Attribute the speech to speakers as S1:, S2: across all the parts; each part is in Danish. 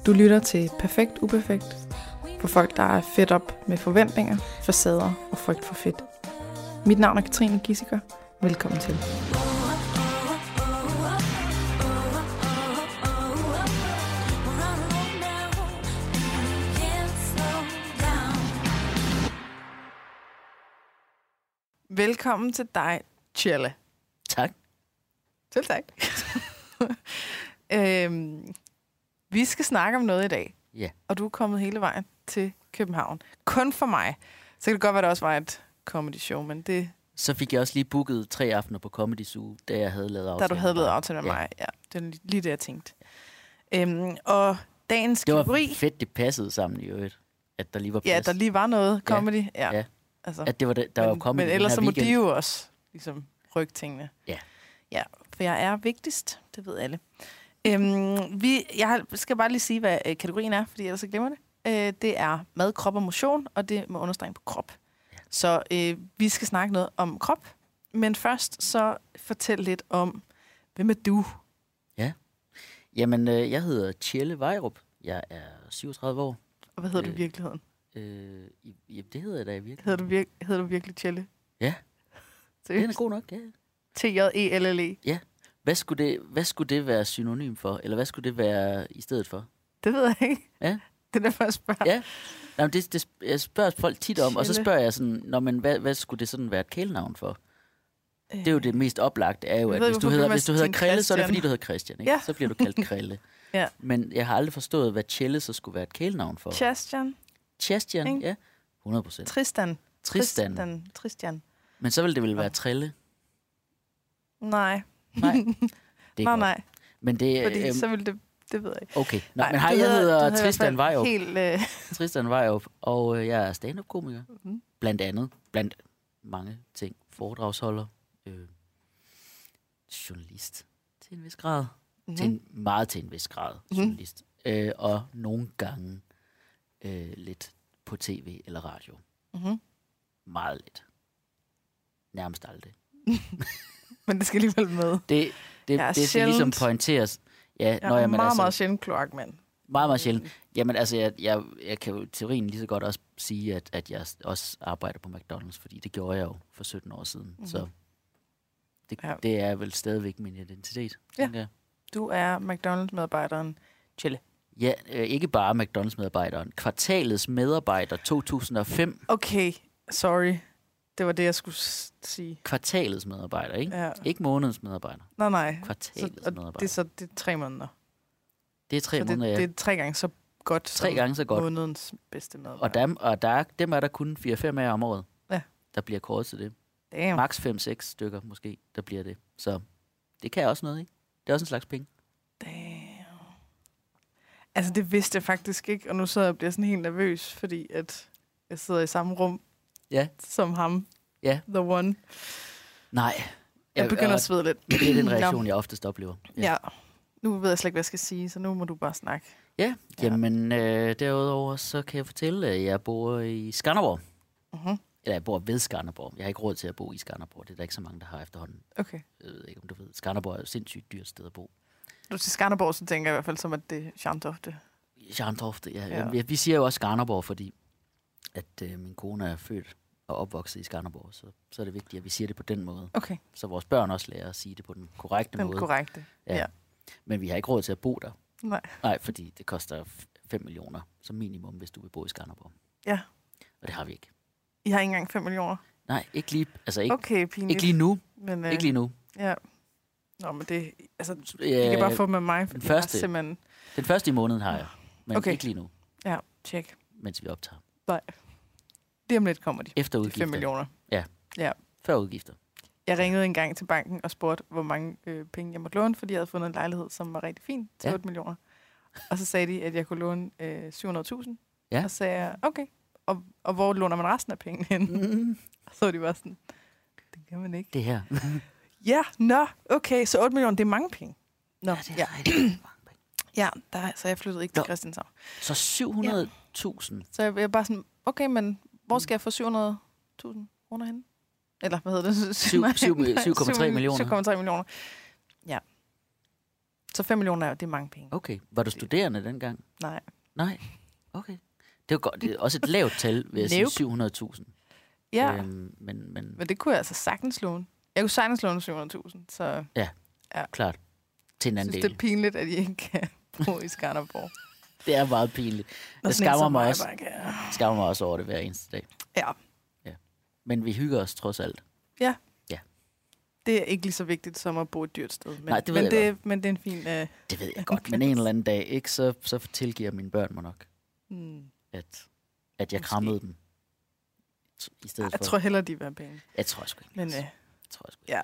S1: Du lytter til Perfekt Uperfekt for folk, der er fedt op med forventninger, facader og frygt for fedt. Mit navn er Katrine Gissiker. Velkommen til. Velkommen til dig, Tjelle.
S2: Tak.
S1: Selv tak. Vi skal snakke om noget i dag.
S2: Ja.
S1: Og du er kommet hele vejen til København. Kun for mig. Så kan det godt være, at det også var et comedy show, men det...
S2: Så fik jeg også lige booket 3 aftener på Comedy Zoo, da jeg havde lavet aftale.
S1: Da du havde lavet aftale med mig, ja. Det er lige det, jeg tænkte. Og dagens kategori...
S2: Det var fedt, det passede sammen i øvrigt, at der lige var plads.
S1: Ja, der lige var noget comedy. Ja.
S2: Altså, at det var der var comedy.
S1: Men ellers så må de jo også ligesom rykke tingene.
S2: Ja.
S1: Ja, for jeg er vigtigst, det ved alle. Jeg skal bare lige sige, hvad kategorien er, fordi ellers så glemmer det. Det er mad, krop og motion, og det med understregning på krop. Ja. Så vi skal snakke noget om krop, men først så fortæl lidt om, hvem er du?
S2: Ja, jamen jeg hedder Tjelle Vejrup. Jeg er 37 år.
S1: Og hvad hedder du i virkeligheden?
S2: Det hedder jeg da i virkeligheden.
S1: Hedder du virkelig Tjelle?
S2: Ja, den er god nok, ja.
S1: T-J-E-L-L-E.
S2: Ja. Hvad skulle det være synonym for? Eller hvad skulle det være i stedet for?
S1: Det ved jeg ikke.
S2: Ja.
S1: Det er derfor, jeg spørger.
S2: Ja. Jamen, jeg spørger folk tit om, og så spørger jeg sådan, hvad skulle det sådan være et kælenavn for? Det er jo det mest oplagte, er jo, at hvis du hedder Krille, så er det fordi, du hedder Christian, ikke? Ja. Så bliver du kaldt Krille. Ja. Men jeg har aldrig forstået, hvad Tjelle så skulle være et kælenavn for. Tjestian, ja. 100%.
S1: Tristan.
S2: Men så ville det vel være Trille?
S1: Nej.
S2: Det er
S1: nej.
S2: Men det,
S1: fordi så ville det ved jeg ikke.
S2: Okay, men jeg hedder Tristan Vejrup. Tristan Vejrup, og jeg er stand-up-komiker. Mm-hmm. Blandt mange ting. Foredragsholder. Journalist. Til en vis grad. Mm-hmm. Til en vis grad. Journalist. Og nogle gange lidt på tv eller radio. Mm-hmm. Meget lidt. Nærmest aldrig.
S1: Men det skal alligevel med.
S2: Det skal ligesom pointeres. Ja,
S1: jeg er meget sjældent kloakmand.
S2: Meget sjældent. Jamen altså, jeg kan jo i teorien lige så godt også sige, at jeg også arbejder på McDonald's, fordi det gjorde jeg jo for 17 år siden. Mm-hmm. Så det er vel stadigvæk min identitet.
S1: Ja. Du er McDonald's-medarbejderen Tjelle.
S2: Ja, ikke bare McDonald's-medarbejderen. Kvartalets medarbejder 2005.
S1: Okay, sorry. Det var det, jeg skulle sige.
S2: Kvartalets medarbejder, ikke? Ja. Ikke månedens medarbejder.
S1: Nej.
S2: Kvartalets medarbejder.
S1: Det er 3 måneder.
S2: Det er 3 måneder, ja.
S1: Det er 3 gange så godt.
S2: 3 gange så godt.
S1: Månedens bedste medarbejder.
S2: Og dem er der kun 4-5 af om året, der bliver kåret til det.
S1: Damn.
S2: Max 5-6 stykker måske, der bliver det. Så det kan også noget, ikke? Det er også en slags penge.
S1: Damn. Altså, det vidste jeg faktisk ikke, og nu sidder jeg og bliver sådan helt nervøs, fordi at jeg sidder i samme rum som ham.
S2: Ja.
S1: The one.
S2: Nej.
S1: Jeg begynder at svede lidt.
S2: Det er den reaktion, jeg oftest oplever.
S1: Ja. Nu ved jeg slet ikke, hvad jeg skal sige, så nu må du bare snakke.
S2: Ja, jamen derudover så kan jeg fortælle, at jeg bor i Skanderborg. Uh-huh. Eller jeg bor ved Skanderborg. Jeg har ikke råd til at bo i Skanderborg. Det er der ikke så mange, der har efterhånden.
S1: Okay.
S2: Jeg ved ikke, om du ved. Skanderborg er jo sindssygt dyrt sted at bo.
S1: Du til Skanderborg, så tænker jeg i hvert fald som, at det er Scharntorfte.
S2: Scharntorfte, ja. Vi siger jo også Skanderborg, fordi at min kone er født og opvokset i Skanderborg, så er det vigtigt, at vi siger det på den måde.
S1: Okay.
S2: Så vores børn også lærer at sige det på den korrekte måde.
S1: Den korrekte, ja.
S2: Men vi har ikke råd til at bo der.
S1: Nej,
S2: fordi det koster 5 millioner som minimum, hvis du vil bo i Skanderborg.
S1: Ja.
S2: Og det har vi ikke.
S1: I har ikke engang 5 millioner?
S2: Nej, ikke lige, altså ikke,
S1: okay,
S2: ikke lige nu.
S1: Men,
S2: ikke lige nu.
S1: Ja. Nå, men det, altså, I kan bare få med mig, fordi
S2: den første i måneden har jeg, men ikke lige nu.
S1: Ja, tjek.
S2: Mens vi optager.
S1: Nej. Det om lidt kommer de.
S2: Efter udgifter.
S1: 5 millioner.
S2: Ja. Før udgifter.
S1: Jeg ringede en gang til banken og spurgte, hvor mange penge jeg måtte låne, fordi jeg havde fundet en lejlighed, som var rigtig fin til 8 millioner. Og så sagde de, at jeg kunne låne 700.000. Ja. Og så sagde jeg, okay. Og hvor låner man resten af pengene hen? Og så var de bare sådan, det kan man ikke.
S2: Det her.
S1: Ja, okay, så 8 millioner, det er mange penge. Nå,
S2: ja, det er rigtig mange penge.
S1: Ja, så jeg flyttede ikke til Christianshavn.
S2: Så 700.000?
S1: Så jeg er bare sådan, okay, men hvor skal jeg få 700.000 kroner henne? Eller hvad hedder det?
S2: 7,3 millioner.
S1: 7,3 millioner. Ja. Så 5 millioner, det er mange penge.
S2: Okay. Var du studerende dengang?
S1: Nej.
S2: Okay. Det er godt. Det er også et lavt tal, vil jeg sige, 700.000.
S1: Ja,
S2: men
S1: det kunne jeg altså sagtens låne. Jeg kunne sagtens låne 700.000, så...
S2: Ja, klart. Til en anden del.
S1: Jeg synes, det er pinligt, at I ikke kan bo i Skanderborg.
S2: Det er meget pinligt. Jeg skammer mig også over det hver eneste dag.
S1: Ja.
S2: Men vi hygger os trods alt.
S1: Ja. Det er ikke lige så vigtigt som at bo et dyrt sted. Men,
S2: nej, det ved jeg godt.
S1: Men det er en fin...
S2: det ved jeg godt, men en eller anden dag, ikke, så tilgiver mine børn mig nok, at jeg krammede dem. I stedet for.
S1: Jeg tror hellere, de vil have penge.
S2: Jeg tror sgu ikke.
S1: Men
S2: ja.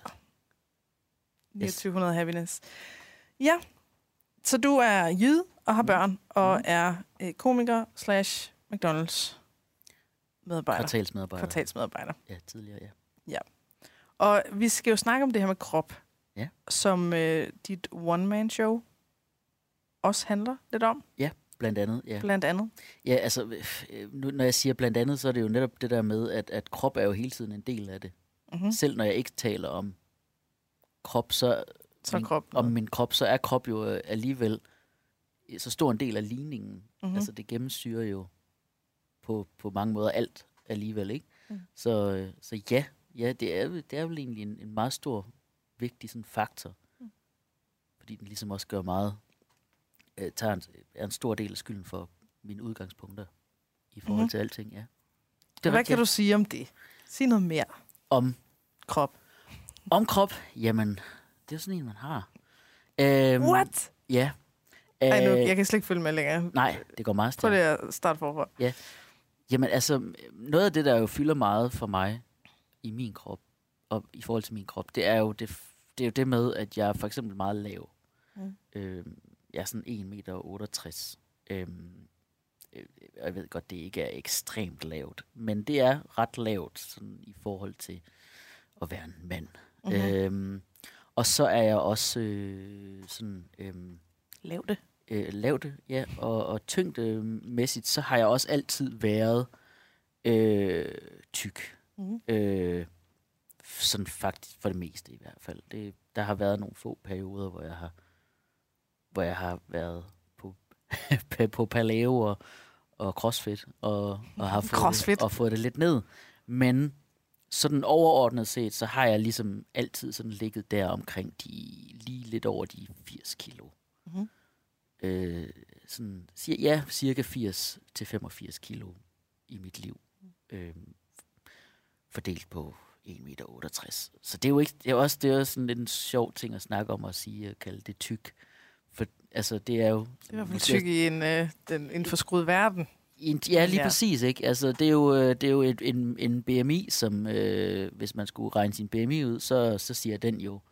S1: 2900 happiness. Ja, så du er jyde og har børn, og er komiker / McDonald's medarbejder. Kvartalsmedarbejder.
S2: Ja, tidligere,
S1: ja. Og vi skal jo snakke om det her med krop, som dit one-man-show også handler lidt om.
S2: Ja, blandt andet. Ja.
S1: Blandt andet?
S2: Ja, altså, nu, når jeg siger blandt andet, så er det jo netop det der med, at krop er jo hele tiden en del af det. Mm-hmm. Selv når jeg ikke taler om krop, min krop, så er krop jo alligevel så stor en del af ligningen. Mm-hmm. Altså, det gennemsyrer jo på mange måder alt alligevel, ikke? Mm. Så ja, det er vel egentlig en meget stor, vigtig sådan faktor. Mm. Fordi den ligesom også gør meget, er en stor del af skylden for mine udgangspunkter i forhold til alting, ja.
S1: Hvad kan du sige om det? Sig noget mere.
S2: Om
S1: krop.
S2: Om krop? Jamen, det er sådan en, man har.
S1: What?
S2: Ja.
S1: Jeg kan slet ikke følge med længere.
S2: Nej, det går meget stærkt.
S1: Prøv lige at starte forfra.
S2: Ja. Jamen, altså, noget af det, der jo fylder meget for mig i min krop, og i forhold til min krop, det er jo det med, at jeg er for eksempel meget lav. Mm. Jeg er sådan 1,68 meter. Jeg ved godt, det ikke er ekstremt lavt, men det er ret lavt sådan, i forhold til at være en mand. Mm-hmm. Og så er jeg også sådan... Lavte, ja. Og tyngdemæssigt, så har jeg også altid været tyk. Mm-hmm. Sådan faktisk for det meste i hvert fald. Der har været nogle få perioder, hvor jeg har været på paleo og crossfit og har fået det lidt ned. Men sådan overordnet set, så har jeg ligesom altid sådan ligget der omkring lige lidt over de 80 kilo. Mm-hmm. Cirka 80-85 kilo i mit liv. Fordelt på 1,68 meter. Så det er jo ikke, det er også sådan lidt en sjov ting at snakke om at kalde det tyk. For altså det er jo...
S1: Det er i hvert fald tyk i en forskruet verden.
S2: Lige præcis, ikke? Altså det er jo en BMI, som hvis man skulle regne sin BMI ud, så siger den jo...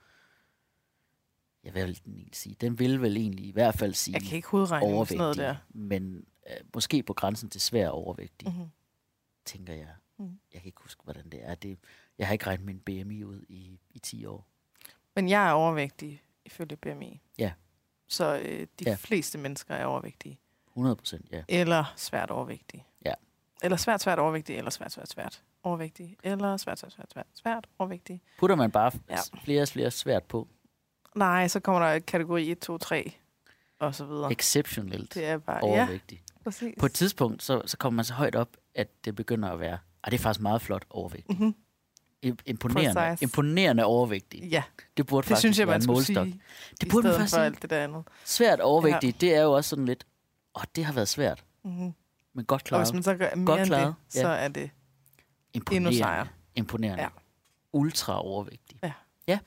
S2: Den vil vel egentlig i hvert fald sige...
S1: Jeg kan ikke hovedregne sådan noget der.
S2: Men måske på grænsen til svær overvægtig, tænker jeg. Jeg kan ikke huske, hvordan det er. Jeg har ikke regnet min BMI ud i 10 år.
S1: Men jeg er overvægtig ifølge BMI.
S2: Ja.
S1: Så de fleste mennesker er overvægtige.
S2: 100%, ja.
S1: Eller svært overvægtige.
S2: Ja.
S1: Eller svært overvægtige, eller svært overvægtige, eller svært overvægtige.
S2: Putter man bare flere svært på?
S1: Nej, så kommer der kategori 1, 2, 3 og så videre.
S2: Exceptionelt
S1: det er bare,
S2: overvægtig.
S1: Ja, præcis.
S2: På et tidspunkt, så kommer man så højt op, at det begynder at være, det er faktisk meget flot overvægtig. Mm-hmm. Imponerende overvægtig.
S1: Ja,
S2: det burde faktisk synes jeg, være en målestok. Det burde man faktisk sige.
S1: Alt det der andet.
S2: Svært overvægtig, det er jo også sådan lidt, det har været svært. Mm-hmm. Men godt klaret.
S1: Og hvis man så gør mere end det, så er det endnu sejere.
S2: Imponerende. Ja. Ultra overvægtig.
S1: Ja.
S2: Ja.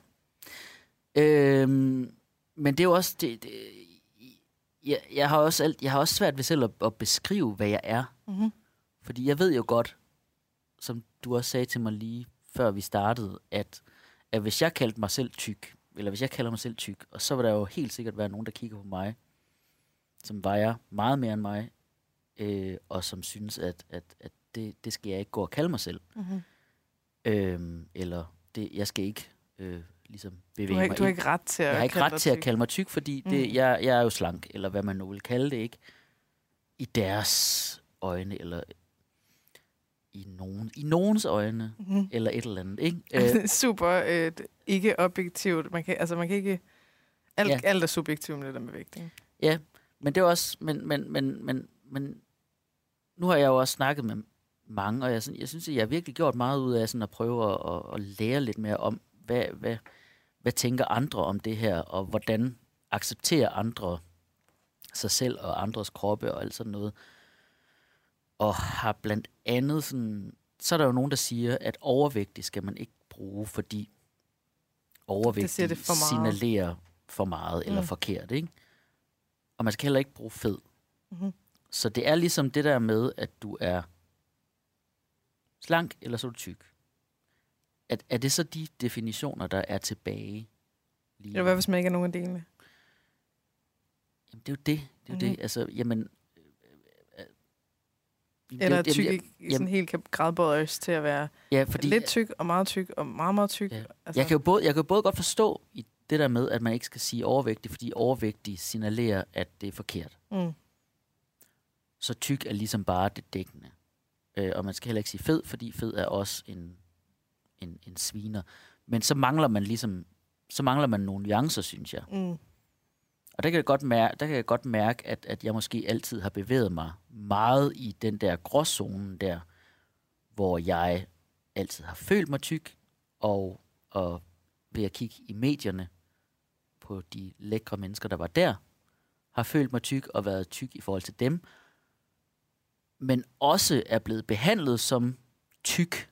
S2: Men det er jo også... Jeg har også svært ved selv at beskrive, hvad jeg er. Mm-hmm. Fordi jeg ved jo godt, som du også sagde til mig lige før vi startede, at hvis jeg kaldte mig selv tyk, eller hvis jeg kalder mig selv tyk, og så vil der jo helt sikkert være nogen, der kigger på mig, som vejer meget mere end mig, og som synes, at det skal jeg ikke gå og kalde mig selv. Mm-hmm. Eller jeg skal ikke ligesom bevæge mig.
S1: Du har ikke ret til at
S2: jeg har ikke ret til at kalde mig tyk, fordi jeg er jo slank, eller hvad man nu vil kalde det, ikke? I deres øjne, eller i nogens øjne, eller et eller andet, ikke?
S1: Super ikke objektivt. Man kan ikke... Alt er subjektivt med det der med vægt, ikke?
S2: Ja, men det er også... Men nu har jeg jo også snakket med mange, og jeg synes, at jeg har virkelig gjort meget ud af sådan at prøve at lære lidt mere om, hvad tænker andre om det her, og hvordan accepterer andre sig selv og andres kroppe og alt sådan noget. Og har blandt andet sådan... Så er der jo nogen, der siger, at overvægtig skal man ikke bruge, fordi overvægtig signalerer for meget eller forkert, ikke? Og man skal heller ikke bruge fed. Mm-hmm. Så det er ligesom det der med, at du er slank, eller så er du tyk. Er det så de definitioner, der er tilbage?
S1: Eller hvad hvis man ikke er nogen af delene?
S2: Jamen, det er jo det. Det er jo det. Altså, jamen...
S1: Eller tyk i sådan helt gradbøjes til at være lidt tyk og meget tyk og meget, meget tyk. Ja. Altså.
S2: Jeg kan jo både godt forstå i det der med, at man ikke skal sige overvægtig, fordi overvægtig signalerer, at det er forkert. Mm. Så tyk er ligesom bare det dækkende. Og man skal heller ikke sige fed, fordi fed er også en sviner. Men så mangler man nogle nuancer, synes jeg. Mm. Og der kan jeg godt mærke, at jeg måske altid har bevæget mig meget i den der gråzone der, hvor jeg altid har følt mig tyk, og ved at kigge i medierne på de lækre mennesker, der var der, har følt mig tyk og været tyk i forhold til dem, men også er blevet behandlet som tyk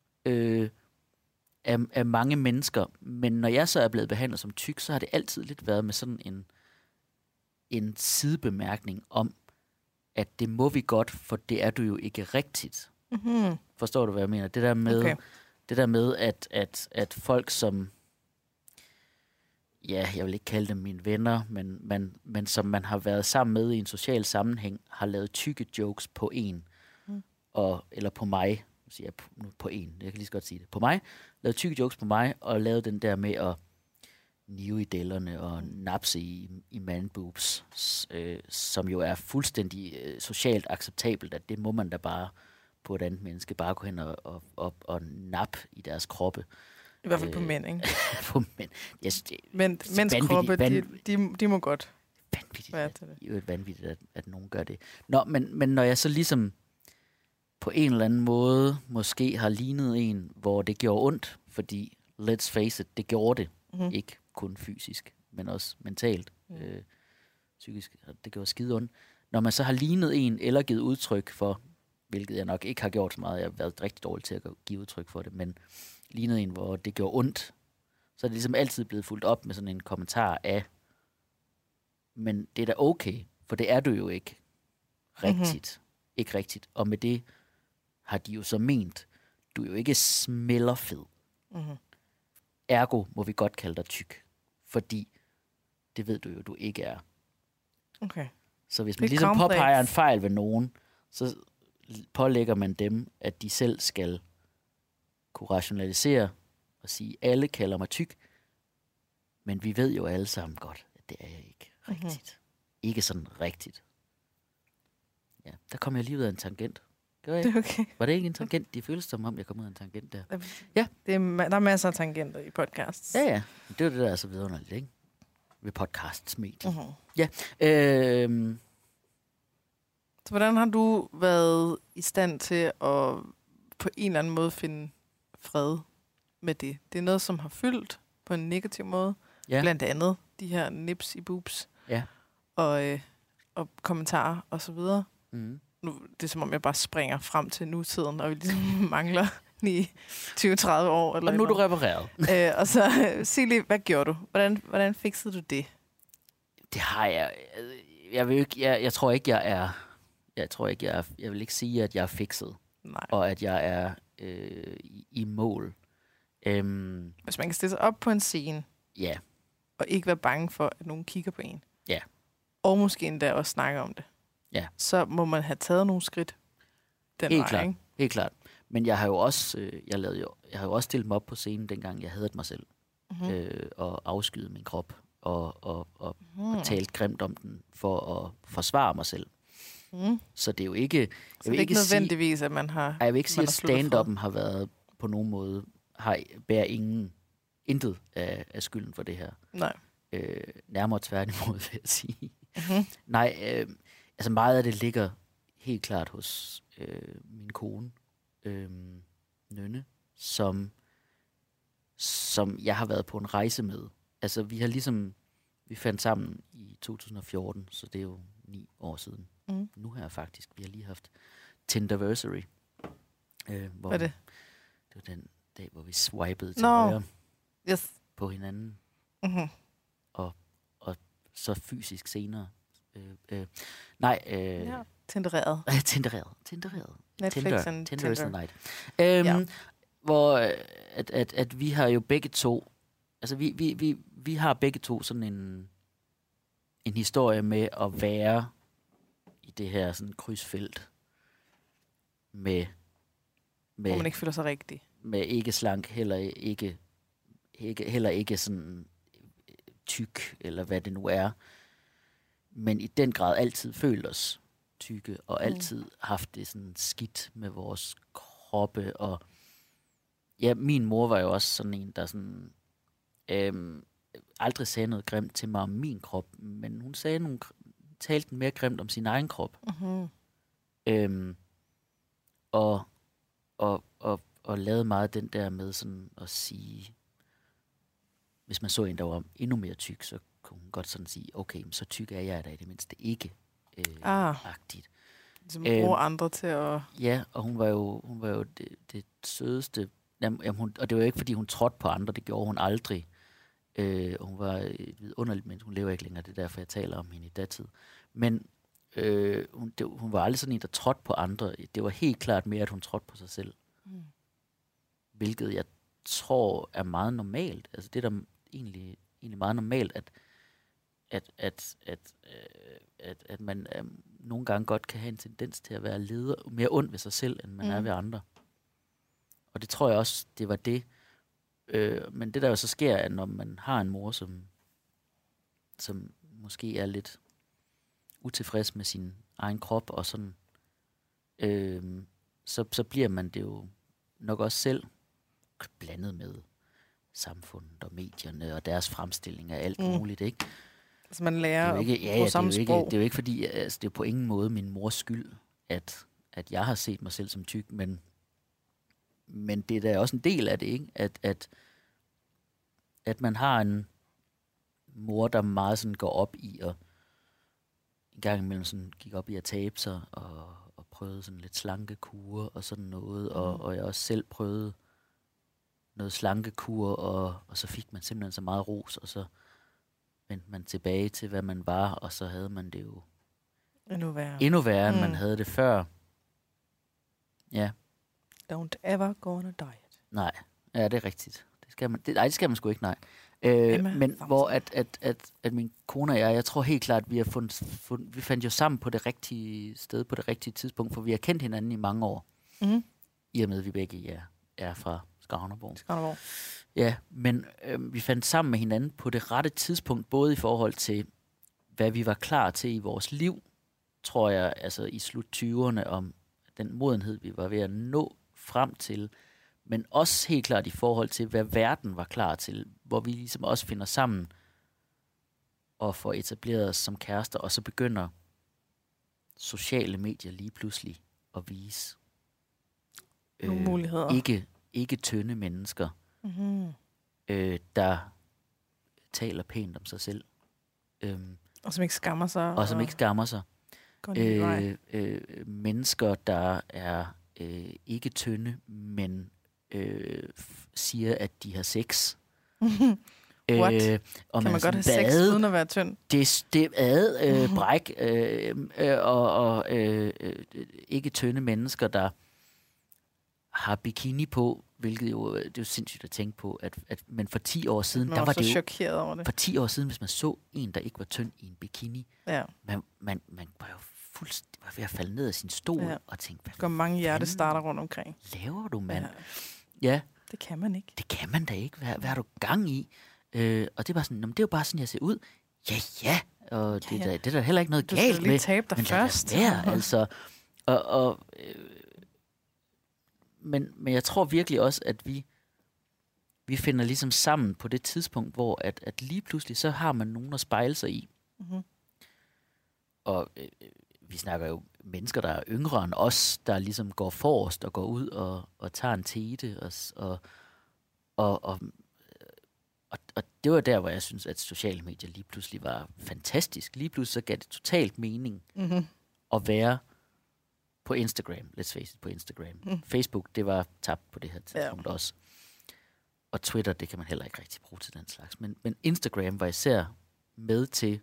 S2: af mange mennesker. Men når jeg så er blevet behandlet som tyk, så har det altid lidt været med sådan en sidebemærkning om, at det må vi godt, for det er du jo ikke rigtigt. Mm-hmm. Forstår du, hvad jeg mener? Det der med at folk som, ja, jeg vil ikke kalde dem mine venner, men som man har været sammen med i en social sammenhæng, har lavet tykke jokes på en, eller på mig, siger jeg på en, jeg kan lige så godt sige det, på mig, lavet tykke jokes på mig, og lavet den der med at nive i dellerne og napse i manboobs, som jo er fuldstændig socialt acceptabelt, at det må man da bare på et andet menneske, bare gå hen og nappe i deres kroppe.
S1: I hvert fald på mænd, ikke?
S2: På mænd. Yes,
S1: mænds kroppe, de må godt.
S2: Vanvittigt, vanvittigt, at nogen gør det. Nå, men når jeg så ligesom på en eller anden måde måske har lignet en, hvor det gjorde ondt, fordi, let's face it, det gjorde det. Mm-hmm. Ikke kun fysisk, men også mentalt, psykisk. Det gjorde skide ondt. Når man så har lignet en, eller givet udtryk for, hvilket jeg nok ikke har gjort så meget, jeg har været rigtig dårlig til at give udtryk for det, men lignet en, hvor det gjorde ondt, så er det ligesom altid blevet fulgt op med sådan en kommentar af, men det er da okay, for det er du jo ikke rigtigt. Mm-hmm. Ikke rigtigt. Og med det har de jo så ment, du er jo ikke smellerfed. Mm-hmm. Ergo må vi godt kalde dig tyk, fordi det ved du jo, du ikke er. Okay. Så hvis man ligesom påpeger en fejl ved nogen, så pålægger man dem, at de selv skal kunne rationalisere og sige, alle kalder mig tyk, men vi ved jo alle sammen godt, at det er jeg ikke rigtigt. Ikke sådan rigtigt. Ja, der kom jeg lige ud af en tangent.
S1: Okay.
S2: Var det ikke en tangent? Det føles som om, jeg kom ud af en tangent der.
S1: Ja. Der er masser af tangenter i podcasts.
S2: Ja. Det var det, der er så vidunderligt, ikke? Ved podcasts medie. Uh-huh. Ja.
S1: Så hvordan har du været i stand til at på en eller anden måde finde fred med det? Det er noget, som har fyldt på en negativ måde. Ja. Blandt andet de her nips i boobs. Ja. Og kommentarer og så videre. Mm. Nu, det er som om, jeg bare springer frem til nutiden, og vi ligesom mangler i 20-30 år. Eller
S2: og nu er du repareret.
S1: Og så, sig lige, hvad gjorde du? Hvordan fiksede du det?
S2: Det har jeg. Jeg vil ikke. Jeg tror ikke, jeg er. Jeg vil ikke sige, at jeg er fikset. Nej. Og at jeg er i mål.
S1: Hvis man kan stille sig op på en scene.
S2: Ja.
S1: Og ikke være bange for, at nogen kigger på en.
S2: Ja.
S1: Og måske endda også snakke om det.
S2: Ja.
S1: Så må man have taget nogle skridt den
S2: helt
S1: vej,
S2: klart.
S1: Ikke?
S2: Helt klart. Men jeg har jo også, jeg har jo også stillet mig op på scenen, dengang jeg hadede mig selv. Mm-hmm. Og afskyede min krop. Og talt grimt om den, for at forsvare mig selv. Mm. Så det er jo ikke...
S1: Så det er ikke nødvendigvis, at man har...
S2: Jeg vil ikke sige, at stand-up'en har været på nogen måde... bærer intet af skylden for det her.
S1: Nej.
S2: nærmere tværtimod, vil jeg sige.
S1: Mm-hmm.
S2: Nej, altså meget af det ligger helt klart hos min kone, Nynne, som jeg har været på en rejse med. Altså vi fandt sammen i 2014, så det er jo 9 år siden.
S1: Mm.
S2: Nu her faktisk. Vi har lige haft Tinderversary.
S1: Hvad er det?
S2: Det var den dag, hvor vi swipede til højre på hinanden.
S1: Mm-hmm.
S2: Og så fysisk senere.
S1: Tindereret.
S2: Tindereret.
S1: Netflix and
S2: Tinder is the night. Hvor at vi har jo begge to, altså vi har begge to sådan en historie med at være i det her sådan krydsfelt med
S1: hvor man ikke føler sig rigtig.
S2: Med ikke slank, heller ikke sådan tyk, eller hvad det nu er. Men i den grad altid følt os tykke, og altid haft det sådan skidt med vores kroppe. Og ja, min mor var jo også sådan en, der sådan aldrig sagde noget grimt til mig om min krop, men hun talte mere grimt om sin egen krop.
S1: Mm-hmm.
S2: Og lavede meget den der med sådan at sige, hvis man så en, der var endnu mere tyk, så kunne hun godt sådan sige, okay, så tyk er jeg da i det mindste ikke agtigt.
S1: Som bruger andre til at...
S2: Ja, og hun var jo det sødeste. Og det var jo ikke, fordi hun trådte på andre, det gjorde hun aldrig. Hun var et vidunderligt menneske, hun lever ikke længere, det er derfor, jeg taler om hende i datid. Men hun var aldrig sådan en, der trådte på andre. Det var helt klart mere, at hun trådte på sig selv.
S1: Mm.
S2: Hvilket jeg tror er meget normalt. Altså det er da egentlig meget normalt, at man nogle gange godt kan have en tendens til at være leder, mere ond ved sig selv, end man er ved andre. Og det tror jeg også, det var det. Men det der jo så sker, er, når man har en mor, som måske er lidt utilfreds med sin egen krop, og sådan, så bliver man det jo nok også selv blandet med samfundet og medierne og deres fremstilling af alt muligt, ikke?
S1: Altså man lærer på samme sprog.
S2: Det er jo ikke fordi, altså, det er på ingen måde min mors skyld, at jeg har set mig selv som tyk, men det er da også en del af det, ikke? At man har en mor, der meget sådan går op i og en gang imellem sådan gik op i at tabe sig og prøvede sådan lidt slankekur og sådan noget, og jeg også selv prøvede noget slankekur, og så fik man simpelthen så meget ros, og så vendte man tilbage til, hvad man var, og så havde man det jo endnu værre end man havde det før. Ja.
S1: Don't ever go on a diet.
S2: Nej, ja, det er rigtigt. Det skal man sgu ikke, nej. Men hvor at min kone og jeg tror helt klart, vi har vi fandt jo sammen på det rigtige sted, på det rigtige tidspunkt, for vi har kendt hinanden i mange år.
S1: Mm.
S2: I og med, at vi begge er fra Skanderborg. Ja, men vi fandt sammen med hinanden på det rette tidspunkt, både i forhold til, hvad vi var klar til i vores liv, tror jeg, altså i slut 20'erne, om den modenhed, vi var ved at nå frem til, men også helt klart i forhold til, hvad verden var klar til, hvor vi ligesom også finder sammen og får etableret os som kærester, og så begynder sociale medier lige pludselig at vise
S1: nogle muligheder.
S2: Ikke tynde mennesker, der taler pænt om sig selv.
S1: Og som ikke skammer sig.
S2: Mennesker, der er ikke tynde, men siger, at de har sex.
S1: What?
S2: Og
S1: kan man godt have sex uden at være tynd?
S2: Bræk, og ikke tynde mennesker, der har bikini på, hvilket jo, det er jo sindssygt at tænke på, men for 10 år siden, der var det jo
S1: chokeret over det.
S2: For 10 år siden, hvis man så en, der ikke var tynd i en bikini, man var jo fuldstændig ved at falde ned af sin stol og tænke, hvad
S1: går mange hjertestarter rundt omkring.
S2: Laver du, mand? Ja.
S1: Det kan man ikke.
S2: Det kan man da ikke. Hvad har du gang i? Og det er bare sådan, det er jo bare sådan, jeg ser ud. Ja. Og det er der heller ikke noget galt med.
S1: Du skal lige tabe dig først.
S2: Altså. Men jeg tror virkelig også, at vi vi finder ligesom sammen på det tidspunkt, hvor at lige pludselig, så har man nogen at spejle sig i.
S1: Mm-hmm. Og
S2: vi snakker jo mennesker, der er yngre end os, der ligesom går forrest og går ud og tager en tete. Og det var der, hvor jeg synes, at sociale medier lige pludselig var fantastisk. Lige pludselig så gav det totalt mening at være på Instagram. Let's face it, på Instagram. Facebook, det var tabt på det her tidspunkt også. Og Twitter, det kan man heller ikke rigtig bruge til den slags. Men Instagram var især med til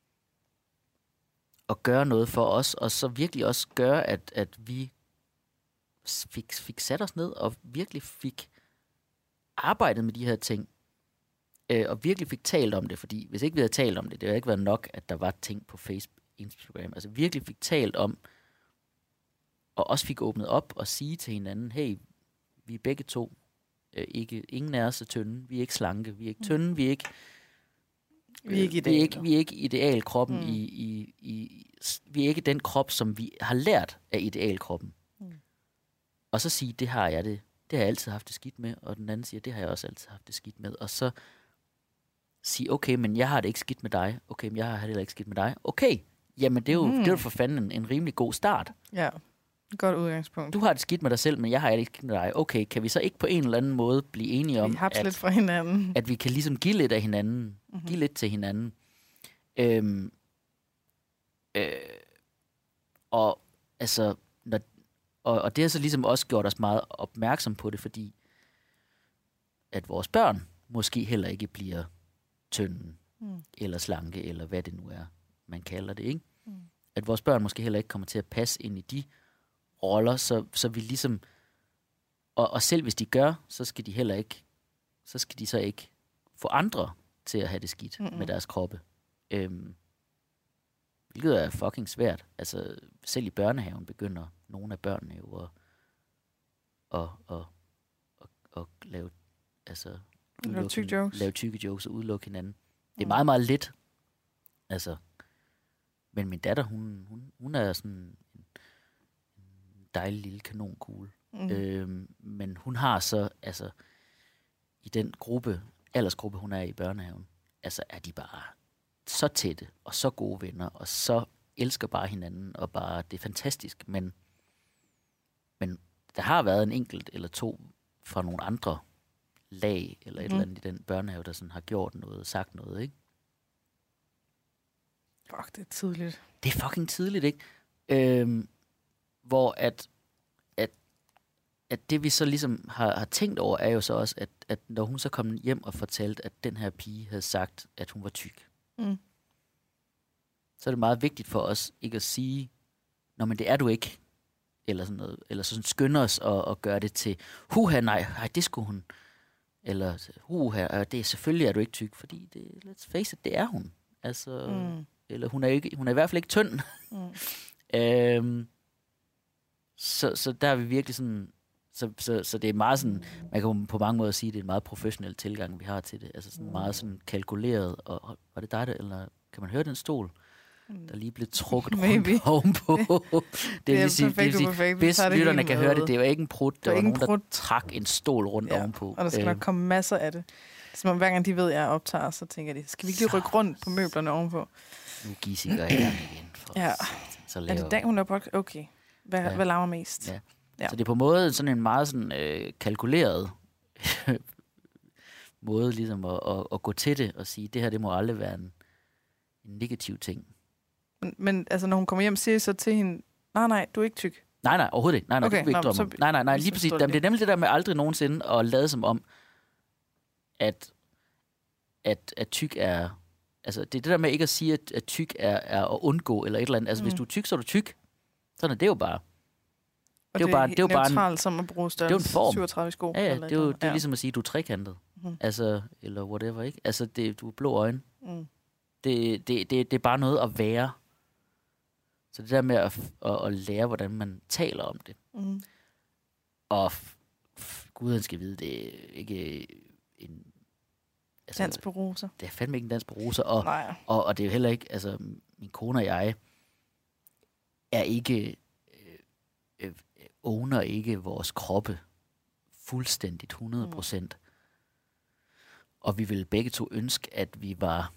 S2: at gøre noget for os, og så virkelig også gøre, at vi fik sat os ned, og virkelig fik arbejdet med de her ting, og virkelig fik talt om det, fordi hvis ikke vi havde talt om det, det havde ikke været nok, at der var ting på Facebook, Instagram, altså virkelig fik talt om, og også fik åbnet op og sige til hinanden, hey, vi er begge to, ingen af os er tynde, vi er ikke slanke, vi er ikke tynde, vi er ikke idealkroppen vi er ikke den krop, som vi har lært af idealkroppen. Og så sige, det har jeg altid haft det skidt med, og den anden siger, det har jeg også altid haft det skidt med, og så sige, okay, men jeg har det ikke skidt med dig, okay, men jeg har det heller ikke skidt med dig, okay, jamen det er jo for fanden en rimelig god start.
S1: Ja. Godt udgangspunkt.
S2: Du har det skidt med dig selv, men jeg har det ikke skidt med dig. Okay, kan vi så ikke på en eller anden måde blive enige om,
S1: lidt fra hinanden.
S2: At vi kan ligesom give lidt af hinanden, give lidt til hinanden. Og altså, og det har så ligesom også gjort os meget opmærksom på det, fordi at vores børn måske heller ikke bliver tynde, eller slanke, eller hvad det nu er, man kalder det, ikke? At vores børn måske heller ikke kommer til at passe ind i de roller, så vi ligesom, og selv hvis de gør, så skal de så ikke få andre til at have det skidt med deres kroppe. Hvilket er fucking svært. Altså, selv i børnehaven begynder nogle af børnene jo at lave, altså, lave tykke jokes og udelukke hinanden. Det er meget, meget let. Altså, men min datter, hun er sådan en dejlig lille kanonkugle. Men hun har så, altså, i den aldersgruppe, hun er i børnehaven, altså er de bare så tætte, og så gode venner, og så elsker bare hinanden, og bare, det er fantastisk, men der har været en enkelt eller to fra nogle andre lag, eller et eller andet i den børnehave, der sådan har gjort noget, sagt noget, ikke?
S1: Fuck, det er tidligt.
S2: Det er fucking tidligt, ikke? Hvor at det vi så ligesom har tænkt over, er jo så også, at når hun så kom hjem og fortalte, at den her pige havde sagt, at hun var tyk, så er det meget vigtigt for os ikke at sige, nå, men det er du ikke, eller sådan noget, eller sådan skynde os og gøre det til, nej, det skulle hun, eller det er selvfølgelig er du ikke tyk, fordi det, let's face it, det er hun, altså, eller hun er i hvert fald ikke tynd. Så der er vi virkelig sådan, så det er meget sådan, man kan på mange måder sige, at det er en meget professionel tilgang, vi har til det. Altså sådan meget sådan kalkuleret. Og var det dig, eller kan man høre den stol, der lige blev trukket rundt ovenpå? Det vil sige, hvis lytterne kan høre det, det var ikke en prut. Der var nogen, der trak en stol rundt ovenpå.
S1: Og der skal nok komme masser af det. Som om hver gang de ved, at jeg optager, så tænker de, skal vi ikke lige rykke rundt på møblerne ovenpå?
S2: Nu giver jeg igen.
S1: Så er det dag, hun er på? Okay. Hvad larmer mest?
S2: Ja. Så det er på måde sådan en meget sådan, kalkuleret måde ligesom at gå til det og sige, det her, det må aldrig være en negativ ting.
S1: Men altså, når hun kommer hjem, siger så til hende, nej, du er ikke tyk.
S2: Nej, overhovedet ikke. Nej, okay, det kan vi ikke drømme om. Nej, lige præcis. Det er nemlig det der med aldrig nogensinde at lade som om, at tyk er... Altså, det er det der med ikke at sige, at tyk er at undgå eller et eller andet. Altså, hvis du er tyk, så er du tyk. Sådan er det jo bare.
S1: Og det er jo bare neutralt, som at bruge størrelse 37 sko.
S2: Ja, det er ligesom at sige, at du er trekantet. Altså, eller whatever, ikke? Altså, du er blå øjne. Det er bare noget at være. Så det der med at lære, hvordan man taler om det. Og Gud, han skal vide, det er ikke en...
S1: Altså, dans på roser.
S2: Det er fandme ikke en dans på roser. Og det er jo heller ikke... Altså, min kone og jeg er ikke... owner ikke vores kroppe fuldstændigt 100%. Og vi ville begge to ønske, at vi var...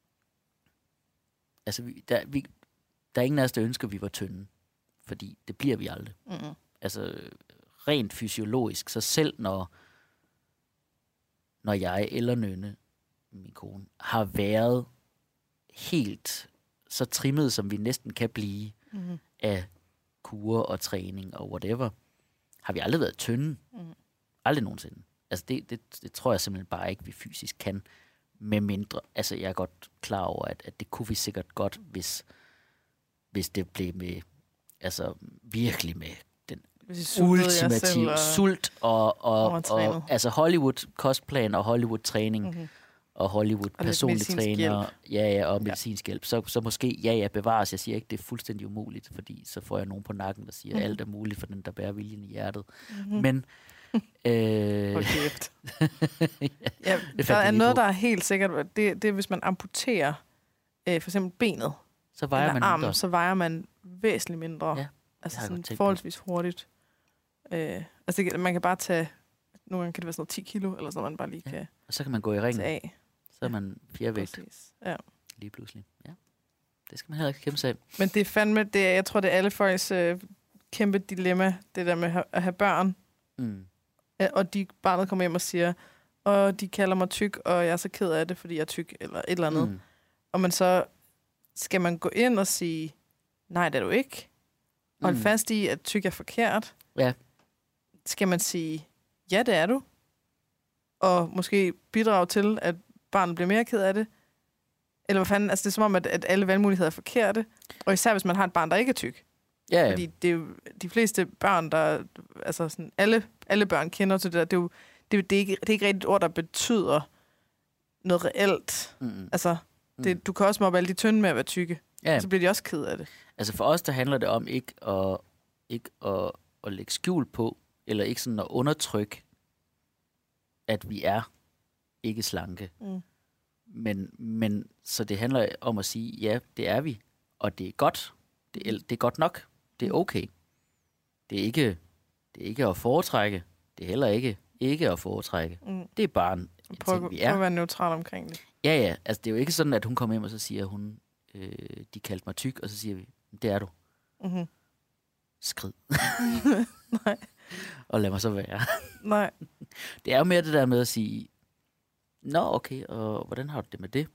S2: Altså, der er ingen af os, der ønsker, at vi var tynde. Fordi det bliver vi aldrig. Mm-hmm. Altså, rent fysiologisk. Så selv når jeg eller Nynne, min kone, har været helt så trimmet, som vi næsten kan blive af kurer og træning og whatever, har vi aldrig været tynde. Aldrig nogensinde. Altså det tror jeg simpelthen bare ikke, vi fysisk kan, med mindre. Altså jeg er godt klar over, at det kunne vi sikkert godt, hvis det blev med, altså virkelig med den ultimative sult og altså Hollywood kostplan og Hollywood træning og Hollywood personlig træner, og medicinsk hjælp. Så måske, bevares. Jeg siger ikke, det er fuldstændig umuligt, fordi så får jeg nogen på nakken, der siger, alt er muligt for den, der bærer viljen i hjertet. Men
S1: der er noget, der er helt sikkert. Det er, hvis man amputerer for eksempel benet
S2: så vejer
S1: eller armen, så vejer man væsentligt mindre. Ja, altså sådan forholdsvis hurtigt. Altså man kan bare tage, nogle gange kan det være sådan noget 10 kilo, eller sådan noget, man bare lige kan.
S2: Og så kan man gå i ringen. Af. Så er man fjervægt.
S1: Ja.
S2: Lige pludselig. Ja. Det skal man heller ikke kæmpe sig af.
S1: Men det er fandme, jeg tror, det er alle folks kæmpe dilemma, det der med at have børn. Og barnet kommer hjem og siger, og de kalder mig tyk, og jeg er så ked af det, fordi jeg er tyk, eller et eller andet. Og man så, skal man gå ind og sige, nej, det er du ikke. Hold fast i, at tyk er forkert.
S2: Ja.
S1: Skal man sige, ja, det er du. Og måske bidrage til, at barnet bliver mere ked af det. Eller hvad fanden, altså det er som om, at alle valgmuligheder er forkerte. Og især hvis man har et barn, der ikke er tyk.
S2: Ja.
S1: Fordi det er jo de fleste børn, der... Altså sådan, alle børn kender til det der. Det er ikke rigtig et ord, der betyder noget reelt. Altså, du kan også mobbe alle de tynde med at være tykke. Ja. Så bliver de også ked af det.
S2: Altså for os, der handler det om ikke at lægge skjul på, eller ikke sådan at undertrykke, at vi er ikke slanke. Men så det handler om at sige, ja, det er vi, og det er godt. Det er godt nok. Det er okay. Det er ikke at foretrække. Det er heller ikke at foretrække. Det er bare en ting, vi er.
S1: Prøv at være neutral omkring det.
S2: Ja. Altså, det er jo ikke sådan, at hun kommer hjem, og så siger hun, de kaldte mig tyk, og så siger vi, det er du. Skrid.
S1: Nej.
S2: Og lad mig så være.
S1: Nej.
S2: Det er jo mere det der med at sige, nå, okay, og hvordan har du det med det?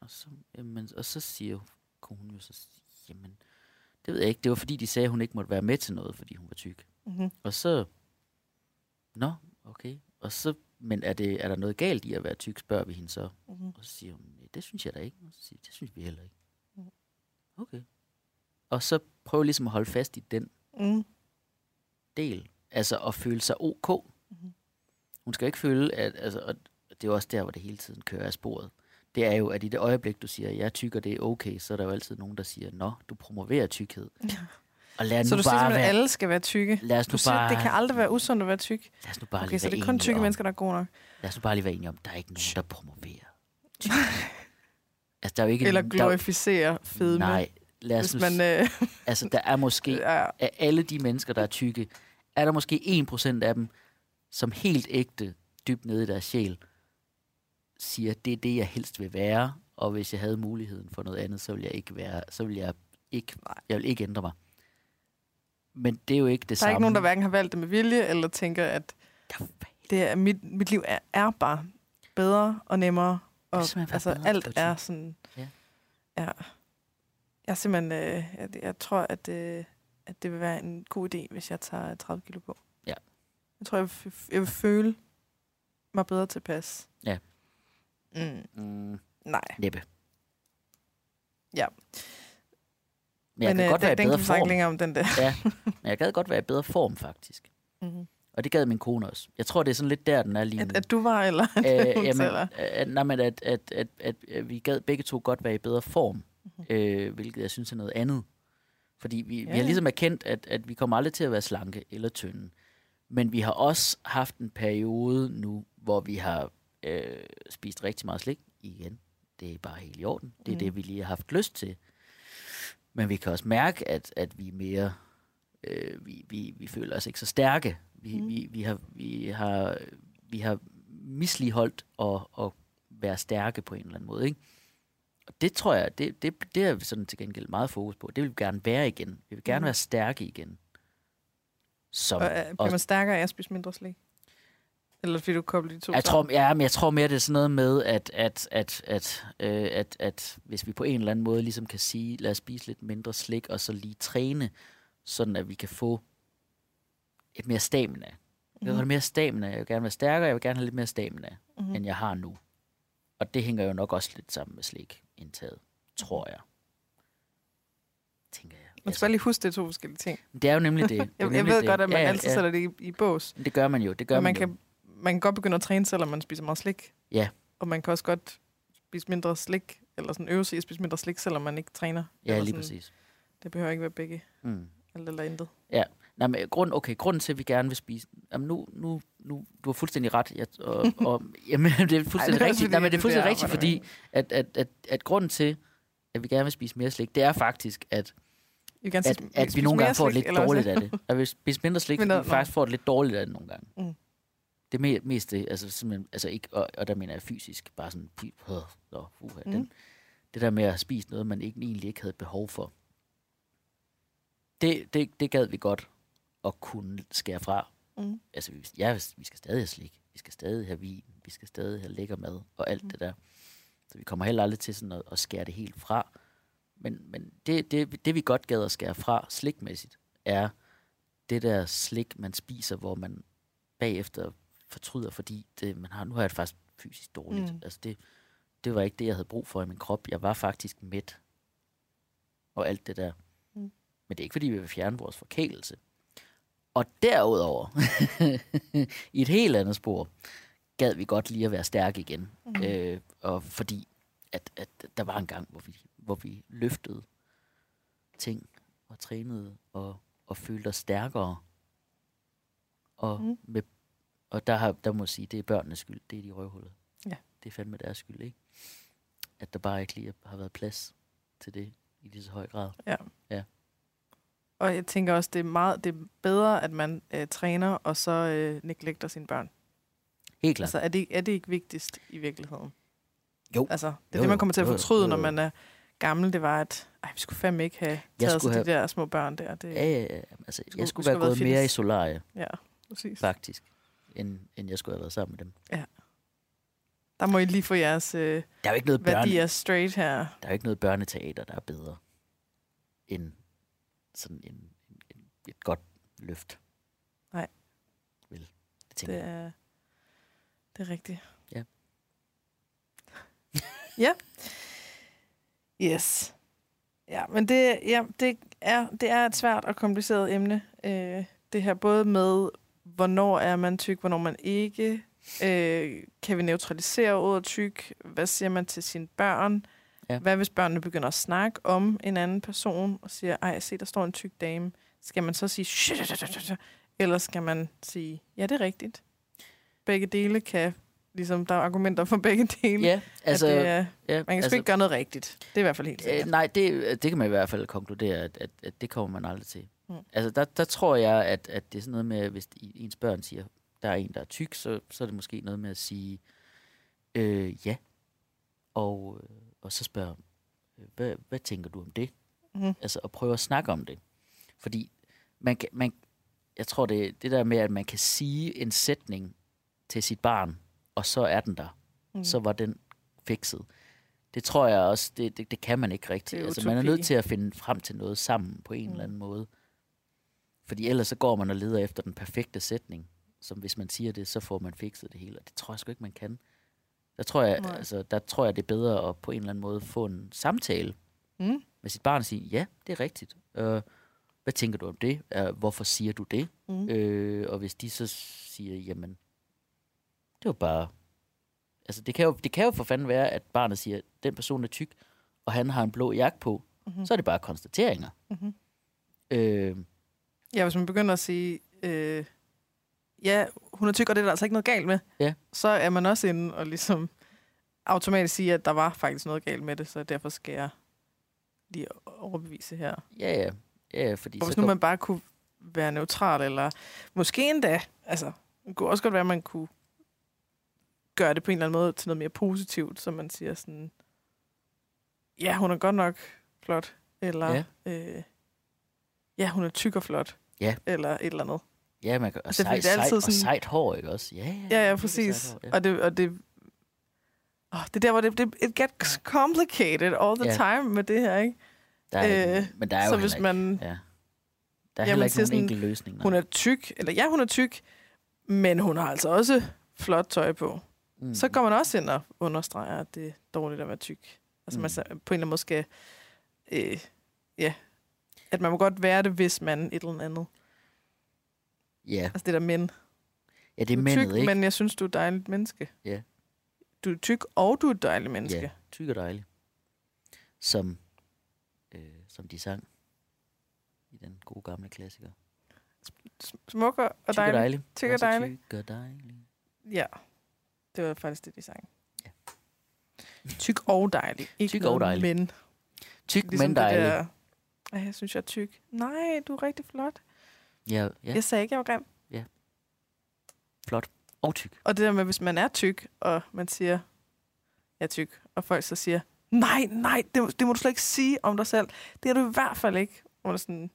S2: Og så siger hun jo så, jamen, det ved jeg ikke. Det var fordi, de sagde, at hun ikke måtte være med til noget, fordi hun var tyk. Og så, nå, okay. Og så, men er der noget galt i at være tyk, spørger vi hende så. Og så siger hun, det synes jeg da ikke. Og så siger det synes vi heller ikke. Okay. Og så prøv ligesom at holde fast i den del. Altså at føle sig ok. Hun skal ikke føle, at, altså, og det er også der, hvor det hele tiden kører af sporet. Det er jo, at i det øjeblik, du siger, jeg er tyk, og det er okay, så er der jo altid nogen, der siger, nå, du promoverer tykkhed. Og lad
S1: så
S2: nu
S1: du
S2: bare
S1: siger, at alle skal være tykke?
S2: Lad os nu bare...
S1: det kan aldrig være usundt at være tyk?
S2: Lad os nu bare
S1: okay, så det er kun tykke mennesker, der er gode nok?
S2: Lad os nu bare lige være enige om, der er ikke nogen, der promoverer tykkhed. Altså, der er jo ikke
S1: eller glorificerer fedme.
S2: Nej, lad os man, altså, der er måske, af alle de mennesker, der er tykke, er der måske 1% af dem, som helt ægte, dybt nede i deres sjæl, siger, det er det, jeg helst vil være, og hvis jeg havde muligheden for noget andet, så ville jeg ikke være, jeg vil ikke ændre mig. Men det er jo ikke det samme.
S1: Der er ikke nogen, der hverken har valgt det med vilje, eller tænker, at det er, mit liv er bare bedre og nemmere, og altså alt er sådan, ja. Jeg simpelthen, jeg tror, at det vil være en god idé, hvis jeg tager 30 kilo på.
S2: Ja.
S1: Jeg tror, jeg vil føle mig bedre tilpas.
S2: Ja.
S1: Nej.
S2: Næppe.
S1: Ja.
S2: Men jeg kan godt være i bedre form.
S1: Om den der.
S2: Ja, men jeg gad godt være i bedre form, faktisk. Og det gad min kone også. Jeg tror, det er sådan lidt der, den er lige nu.
S1: At du var, eller
S2: at vi gad begge to godt være i bedre form. Hvilket jeg synes er noget andet. Fordi vi har ligesom erkendt, at vi kommer aldrig til at være slanke eller tynde. Men vi har også haft en periode nu, hvor vi har spist rigtig meget slik igen. Det er bare helt i orden. Det er det, vi lige har haft lyst til. Men vi kan også mærke, at vi er mere... vi føler os ikke så stærke. Vi har misligeholdt og være stærke på en eller anden måde, ikke? Og det tror jeg, det er sådan til gengæld meget fokus på. Det vil vi gerne være igen. Vi vil gerne være stærke igen.
S1: Bliver man stærkere af at spise mindre slik? Eller fordi du kobler de to
S2: sammen? Jeg tror mere, det er sådan noget med, at hvis vi på en eller anden måde ligesom kan sige, lad os spise lidt mindre slik, og så lige træne, sådan at vi kan få et mere stamina. Jeg vil have mere stamina. Jeg vil gerne være stærkere, jeg vil gerne have lidt mere stamina, end jeg har nu. Og det hænger jo nok også lidt sammen med slikindtaget, tror jeg. Tænker jeg.
S1: Man skal bare lige huske, det er 2 forskellige ting.
S2: Det er jo nemlig det.
S1: Jeg ved godt, at man altid sætter det i bås.
S2: Det gør man jo.
S1: Man kan godt begynde at træne, selvom man spiser meget slik.
S2: Ja.
S1: Og man kan også godt spise mindre slik, eller sådan øve sig at spise mindre slik, selvom man ikke træner.
S2: Ja, lige præcis.
S1: Det behøver ikke være begge. Alt eller intet.
S2: Ja. Nej, men grunden til, at vi gerne vil spise... Jamen nu du har fuldstændig ret. Jamen, det er fuldstændig rigtigt. Nej, men det er fuldstændig rigtigt, fordi at grunden til, at vi gerne vil spise mere slik, det er faktisk, at vi nogle gange får det lidt dårligt af det. At vi spiser mindre slik, fordi vi faktisk får det lidt dårligt af det nogle gange. Det mest det, altså simpelthen, altså ikke, og der mener jeg fysisk, bare sådan, det der med at spise noget, man egentlig ikke havde behov for. Det gad vi godt at kunne skære fra. Altså, vi skal stadig have slik, vi skal stadig have vin, vi skal stadig have lækker mad, og alt det der. Så vi kommer heller aldrig til sådan at skære det helt fra. Men det vi godt gad at skære fra slikmæssigt, er det der slik, man spiser, hvor man bagefter fortryder, fordi nu har jeg det faktisk fysisk dårligt. Altså det var ikke det, jeg havde brug for i min krop. Jeg var faktisk mæt. Og alt det der. Men det er ikke, fordi vi vil fjerne vores forkælelse. Og derudover, i et helt andet spor, gad vi godt lige at være stærke igen. Og fordi, at der var en gang, hvor vi løftede ting, og trænede, og følte os stærkere. Og der må jeg sige, det er børnenes skyld. Det er de røvhuller.
S1: Ja.
S2: Det er fandme deres skyld, ikke? At der bare ikke lige har været plads til det i lige så høj grad. Ja.
S1: Og jeg tænker også, det er bedre, at man træner, og så neglekter sine børn.
S2: Helt klart.
S1: Altså, er det ikke vigtigst i virkeligheden?
S2: Jo.
S1: Altså, det man kommer til at fortryde, når man er gammel, det var, at vi skulle fandme ikke have taget de der små børn der.
S2: Altså, jeg skulle være gået mere i solarie.
S1: Ja, præcis.
S2: Faktisk. End jeg skulle have været sammen med dem.
S1: Ja. Der må I lige få jeres
S2: der er ikke noget
S1: værdier straight her. Der
S2: er ikke noget børneteater, der er bedre end sådan et godt løft.
S1: Nej.
S2: Vel,
S1: det er rigtigt.
S2: Ja.
S1: Ja. Yes. Ja, men det er et svært og kompliceret emne. Det her både med, hvornår er man tyk, hvornår man ikke. Kan vi neutralisere ordet tyk? Hvad siger man til sine børn? Ja. Hvad hvis børnene begynder at snakke om en anden person og siger, ej, se, der står en tyk dame. Skal man så sige, eller skal man sige, ja, det er rigtigt. Begge dele kan, ligesom der er argumenter for begge dele.
S2: Ja, altså...
S1: man kan ikke gøre noget rigtigt. Det er i hvert fald helt sikkert.
S2: Nej, det kan man i hvert fald konkludere, at det kommer man aldrig til. Altså, der tror jeg, at det er sådan noget med, hvis ens børn siger, der er en, der er tyk, så er det måske noget med at sige, ja. Og så spørge, hvad tænker du om det? Altså, at prøve at snakke om det. Fordi jeg tror, det der med, at man kan sige en sætning til sit barn, og så er den der. Så var den fikset. Det tror jeg også, det kan man ikke rigtigt. Altså, man er nødt til at finde frem til noget sammen på en eller anden måde. Fordi ellers så går man og leder efter den perfekte sætning, som hvis man siger det, så får man fikset det hele. Og det tror jeg sgu ikke, man kan. Der tror jeg, det er bedre at på en eller anden måde få en samtale med sit barn og sige, ja, det er rigtigt. Hvad tænker du om det? Hvorfor siger du det? Og hvis de så siger, jamen, det var bare... Altså, det kan jo for fanden være, at barnet siger, den person er tyk, og han har en blå jakke på. Så er det bare konstateringer.
S1: Ja, hvis man begynder at sige, ja, hun er tyk, og det er der altså ikke noget galt med, så er man også inde og ligesom automatisk sige, at der var faktisk noget galt med det, så derfor skal jeg lige overbevise her.
S2: Ja, fordi
S1: og hvis nu man bare kunne være neutral, eller måske endda, altså, det kunne også godt være, at man kunne gøre det på en eller anden måde til noget mere positivt, så man siger sådan, ja, hun er godt nok flot, eller ja, hun er tyk og flot, eller et eller andet.
S2: Ja, man kan, og,
S1: altså,
S2: sejt hår, ikke også?
S1: Ja, præcis. Hår, ja. Og det er der, hvor it gets complicated all the time med det her, ikke?
S2: Men der er jo
S1: hvis man...
S2: Ja. Der er heller ikke nogen enkel løsning.
S1: Hun er tyk, hun er tyk, men hun har altså også flot tøj på. Så går man også ind og understreger, at det er dårligt at være tyk. Altså man på en eller anden måde skal... at man må godt være det, hvis man et eller andet.
S2: Ja.
S1: Altså det der mænd.
S2: Ja, det er mændet,
S1: tyk,
S2: ikke?
S1: Men jeg synes, du er et dejligt menneske.
S2: Ja.
S1: Du er tyk, og du er et dejligt menneske.
S2: Ja, tyk og dejlig. Som de sang i den gode gamle klassiker.
S1: Smukker og dejlig. Tyk og dejlig.
S2: Tyk og dejlig.
S1: Ja, det var faktisk det, de sang. Ja. Tyk og dejlig. Ikke
S2: tyk og dejlig.
S1: Men.
S2: Tyk, ligesom men dejlig.
S1: Jeg synes, jeg er tyk. Nej, du er rigtig flot.
S2: Ja.
S1: Jeg sagde ikke, jeg var grim.
S2: Ja. Flot og tyk.
S1: Og det der med, hvis man er tyk, og man siger, jeg er tyk, og folk så siger, nej, det må du slet ikke sige om dig selv. Det er du i hvert fald ikke. Og man sådan,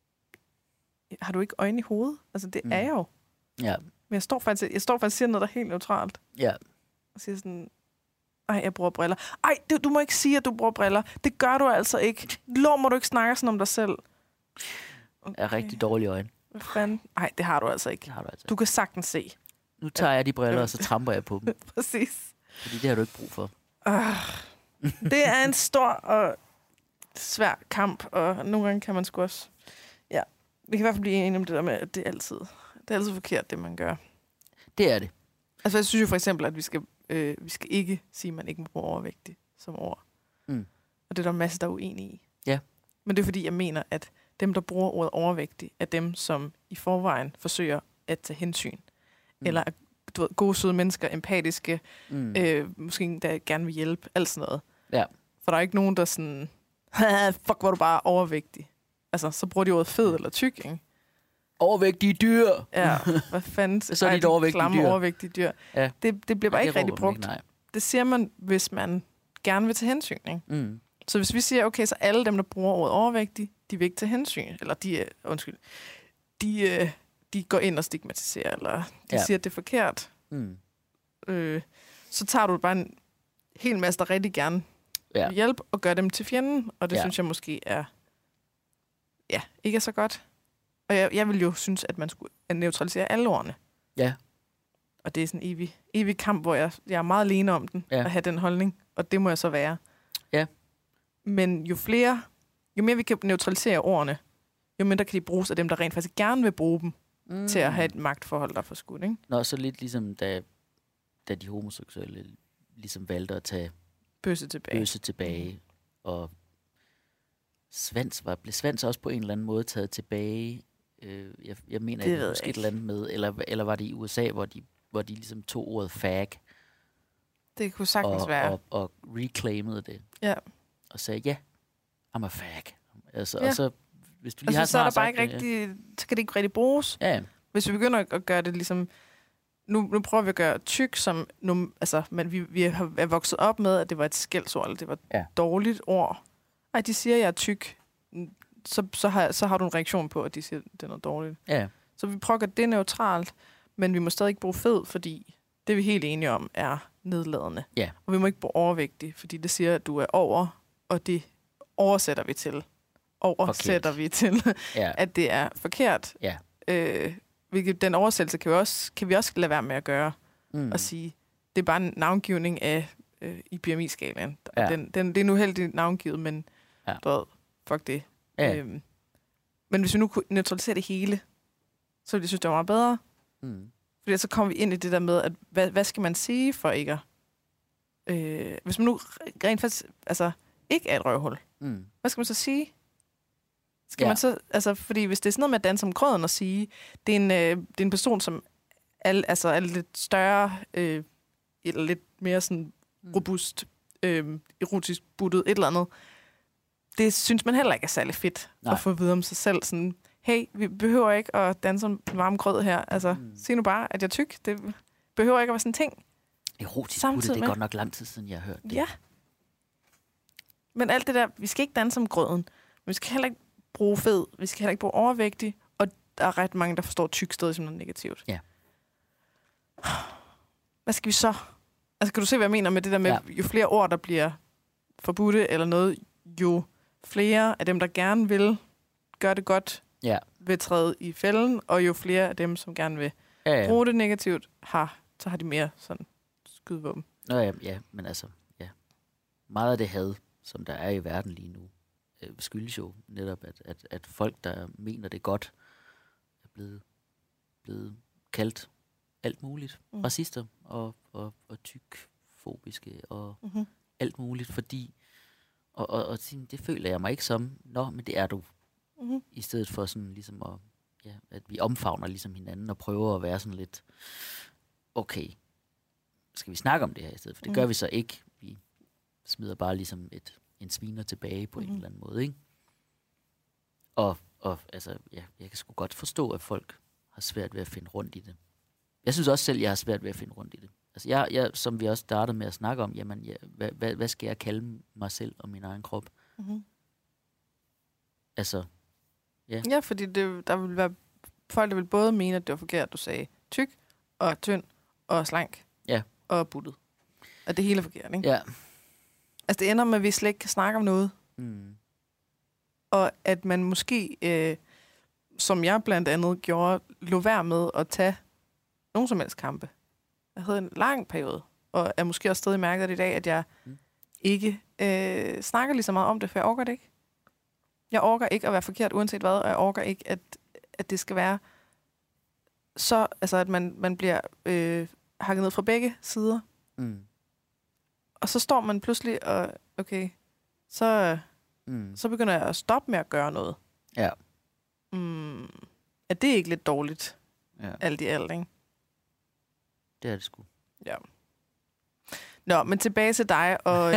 S1: har du ikke øjne i hovedet? Altså, det er jeg jo.
S2: Ja.
S1: Men jeg står faktisk og siger noget, der er helt neutralt.
S2: Ja.
S1: Og siger sådan, jeg bruger briller. Du må ikke sige, at du bruger briller. Det gør du altså ikke. Må du ikke snakke sådan om dig selv.
S2: Okay. Jeg er rigtig dårlige øjne.
S1: Hvad fanden? Nej, det har du altså ikke. Du kan sagtens se.
S2: Nu tager jeg de briller, og så tramper jeg på dem.
S1: Præcis.
S2: Fordi det har du ikke brug for.
S1: Det er en stor og svær kamp, og nogle gange kan man sgu også... Ja, vi kan i hvert fald blive enige om det der med, at det er altid forkert, det man gør.
S2: Det er det.
S1: Altså, jeg synes jo for eksempel, at vi skal ikke sige, at man ikke må bruge overvægtig som ord. Og det er der masser, der er uenige i.
S2: Ja.
S1: Men det er fordi, jeg mener, at dem, der bruger ordet overvægtig, er dem, som i forvejen forsøger at tage hensyn. Eller gode, søde mennesker, empatiske, måske der gerne vil hjælpe, alt sådan noget.
S2: Ja.
S1: For der er ikke nogen, der sådan, fuck, hvor du bare overvægtig. Altså, så bruger de ordet fed eller tyk, ikke?
S2: Overvægtige dyr!
S1: Ja, hvad fanden?
S2: Så er det
S1: overvægtige dyr. Ja. Det bliver bare ikke rigtig brugt.
S2: Ikke,
S1: det siger man, hvis man gerne vil tage hensyn, ikke? Så hvis vi siger, okay, så alle dem, der bruger ordet overvægtig, de vil ikke tage hensyn, eller de går ind og stigmatiserer, eller de siger, at det er forkert. Så tager du bare en hel masse, der rigtig gerne vil hjælpe, og gør dem til fjenden, og det synes jeg måske ikke er så godt. Og jeg vil jo synes, at man skulle neutralisere alle ordene.
S2: Ja.
S1: Og det er sådan en evig kamp, hvor jeg er meget alene om den, at have den holdning, og det må jeg så være.
S2: Ja.
S1: Men jo mere vi kan neutralisere ordene, jo mindre kan de bruges af dem, der rent faktisk gerne vil bruge dem til at have et magtforhold, der er forskudt, ikke?
S2: Nå, så lidt ligesom, da de homoseksuelle ligesom valgte at tage
S1: bøsse tilbage.
S2: Og blev Svans også på en eller anden måde taget tilbage? Jeg mener, det var måske et eller andet med, eller var det i USA, hvor de ligesom tog ordet fag?
S1: Det kunne sagtens være.
S2: Og reclaimede det.
S1: Ja.
S2: Og sagde, I'm a fag. Altså, og så, hvis du lige
S1: så er der bare ikke rigtig, så kan det ikke rigtig bruges.
S2: Ja.
S1: Hvis vi begynder at gøre det ligesom, nu prøver vi at gøre tyk, som men vi er vokset op med, at det var et skældsord, eller det var et dårligt ord. De siger, at jeg er tyk. Så har du en reaktion på, at de siger, at det er noget dårligt.
S2: Ja.
S1: Så vi prøver at gøre det neutralt, men vi må stadig ikke bruge fed, fordi det vi er helt enige om er nedladende.
S2: Ja.
S1: Og vi må ikke bruge overvægtig, fordi det siger, at du er over, og det oversætter vi til. At det er forkert.
S2: Ja.
S1: Hvilket den oversættelse kan vi også lade være med at gøre. Og sige, det er bare en navngivning af i BMI-skalaen. Ja. Det er nu heldigt navngivet, men fuck det. Ja. Men hvis vi nu kunne neutralisere det hele, så ville jeg synes, det var meget bedre. Fordi så kommer vi ind i det der med, at hvad skal man sige for ikke at... hvis man nu rent faktisk ikke er et røvhul, hvad skal man så sige? Skal man så... Altså, fordi hvis det er sådan noget med at danse om grøden og sige, det er en person, som er lidt større, eller lidt mere sådan robust, erotisk buttet, et eller andet. Det synes man heller ikke er særlig fedt at få videre om sig selv. Sådan, hey, vi behøver ikke at danse om varm grød her. Altså, sig nu bare, at jeg er tyk. Det behøver ikke at være sådan en ting.
S2: Erotisk putte, det er godt nok lang tid siden, jeg har hørt det.
S1: Ja. Men alt det der, vi skal ikke danse om grøden. Vi skal heller ikke bruge fed. Vi skal heller ikke bruge overvægtig. Og der er ret mange, der forstår tyk stadig som noget negativt.
S2: Ja.
S1: Hvad skal vi så? Altså, kan du se, hvad jeg mener med det der med, jo flere ord, der bliver forbudte eller noget, jo flere af dem, der gerne vil gøre det godt, vil træde i fælden, og jo flere af dem, som gerne vil bruge det negativt, så har de mere sådan skydevåben.
S2: Ja, men altså, meget af det had, som der er i verden lige nu, skyldes jo netop, at folk, der mener det godt, er blevet kaldt alt muligt. Racister og tykfobiske og alt muligt, fordi og det føler jeg mig ikke som, men det er du. I stedet for sådan ligesom at vi omfavner ligesom hinanden og prøver at være sådan lidt, okay, skal vi snakke om det her i stedet? For det gør vi så ikke. Vi smider bare ligesom en sviner tilbage på en eller anden måde, ikke? Og altså, jeg kan sgu godt forstå, at folk har svært ved at finde rundt i det. Jeg synes også selv, jeg har svært ved at finde rundt i det. Altså, jeg som vi også startede med at snakke om, jamen, hvad skal jeg kalde mig selv og min egen krop? Altså,
S1: Ja, fordi der vil være folk, der vil både mene, at det var forkert, du sagde tyk og tynd og slank og buttet. At det hele er forkert, ikke?
S2: Ja.
S1: Altså, det ender med, at vi slet ikke kan snakke om noget. Og at man måske, som jeg blandt andet gjorde, lå værd med at tage nogen som helst kampe. Jeg havde en lang periode, og er måske også stadig mærket i dag, at jeg ikke snakker lige så meget om det, for jeg orker det ikke. Jeg orker ikke at være forkert, uanset hvad, og jeg orker ikke, at det skal være så, altså at man bliver hakket ned fra begge sider. Og så står man pludselig og, okay, så begynder jeg at stoppe med at gøre noget.
S2: Ja.
S1: Er det ikke lidt dårligt? Ja. Alt i alt, ikke?
S2: Det er det sgu.
S1: Ja. Nå, men tilbage til dig og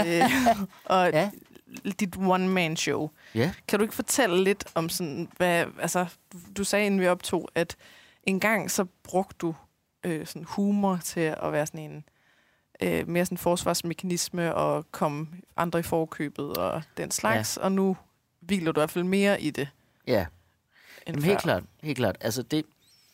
S1: dit one-man-show.
S2: Ja.
S1: Kan du ikke fortælle lidt om sådan, du sagde, inden vi optog, at en gang så brugte du sådan humor til at være sådan en mere sådan forsvarsmekanisme og komme andre i forkøbet og den slags, og nu hviler du i hvert fald mere i det.
S2: Ja. Jamen, helt klart. Altså det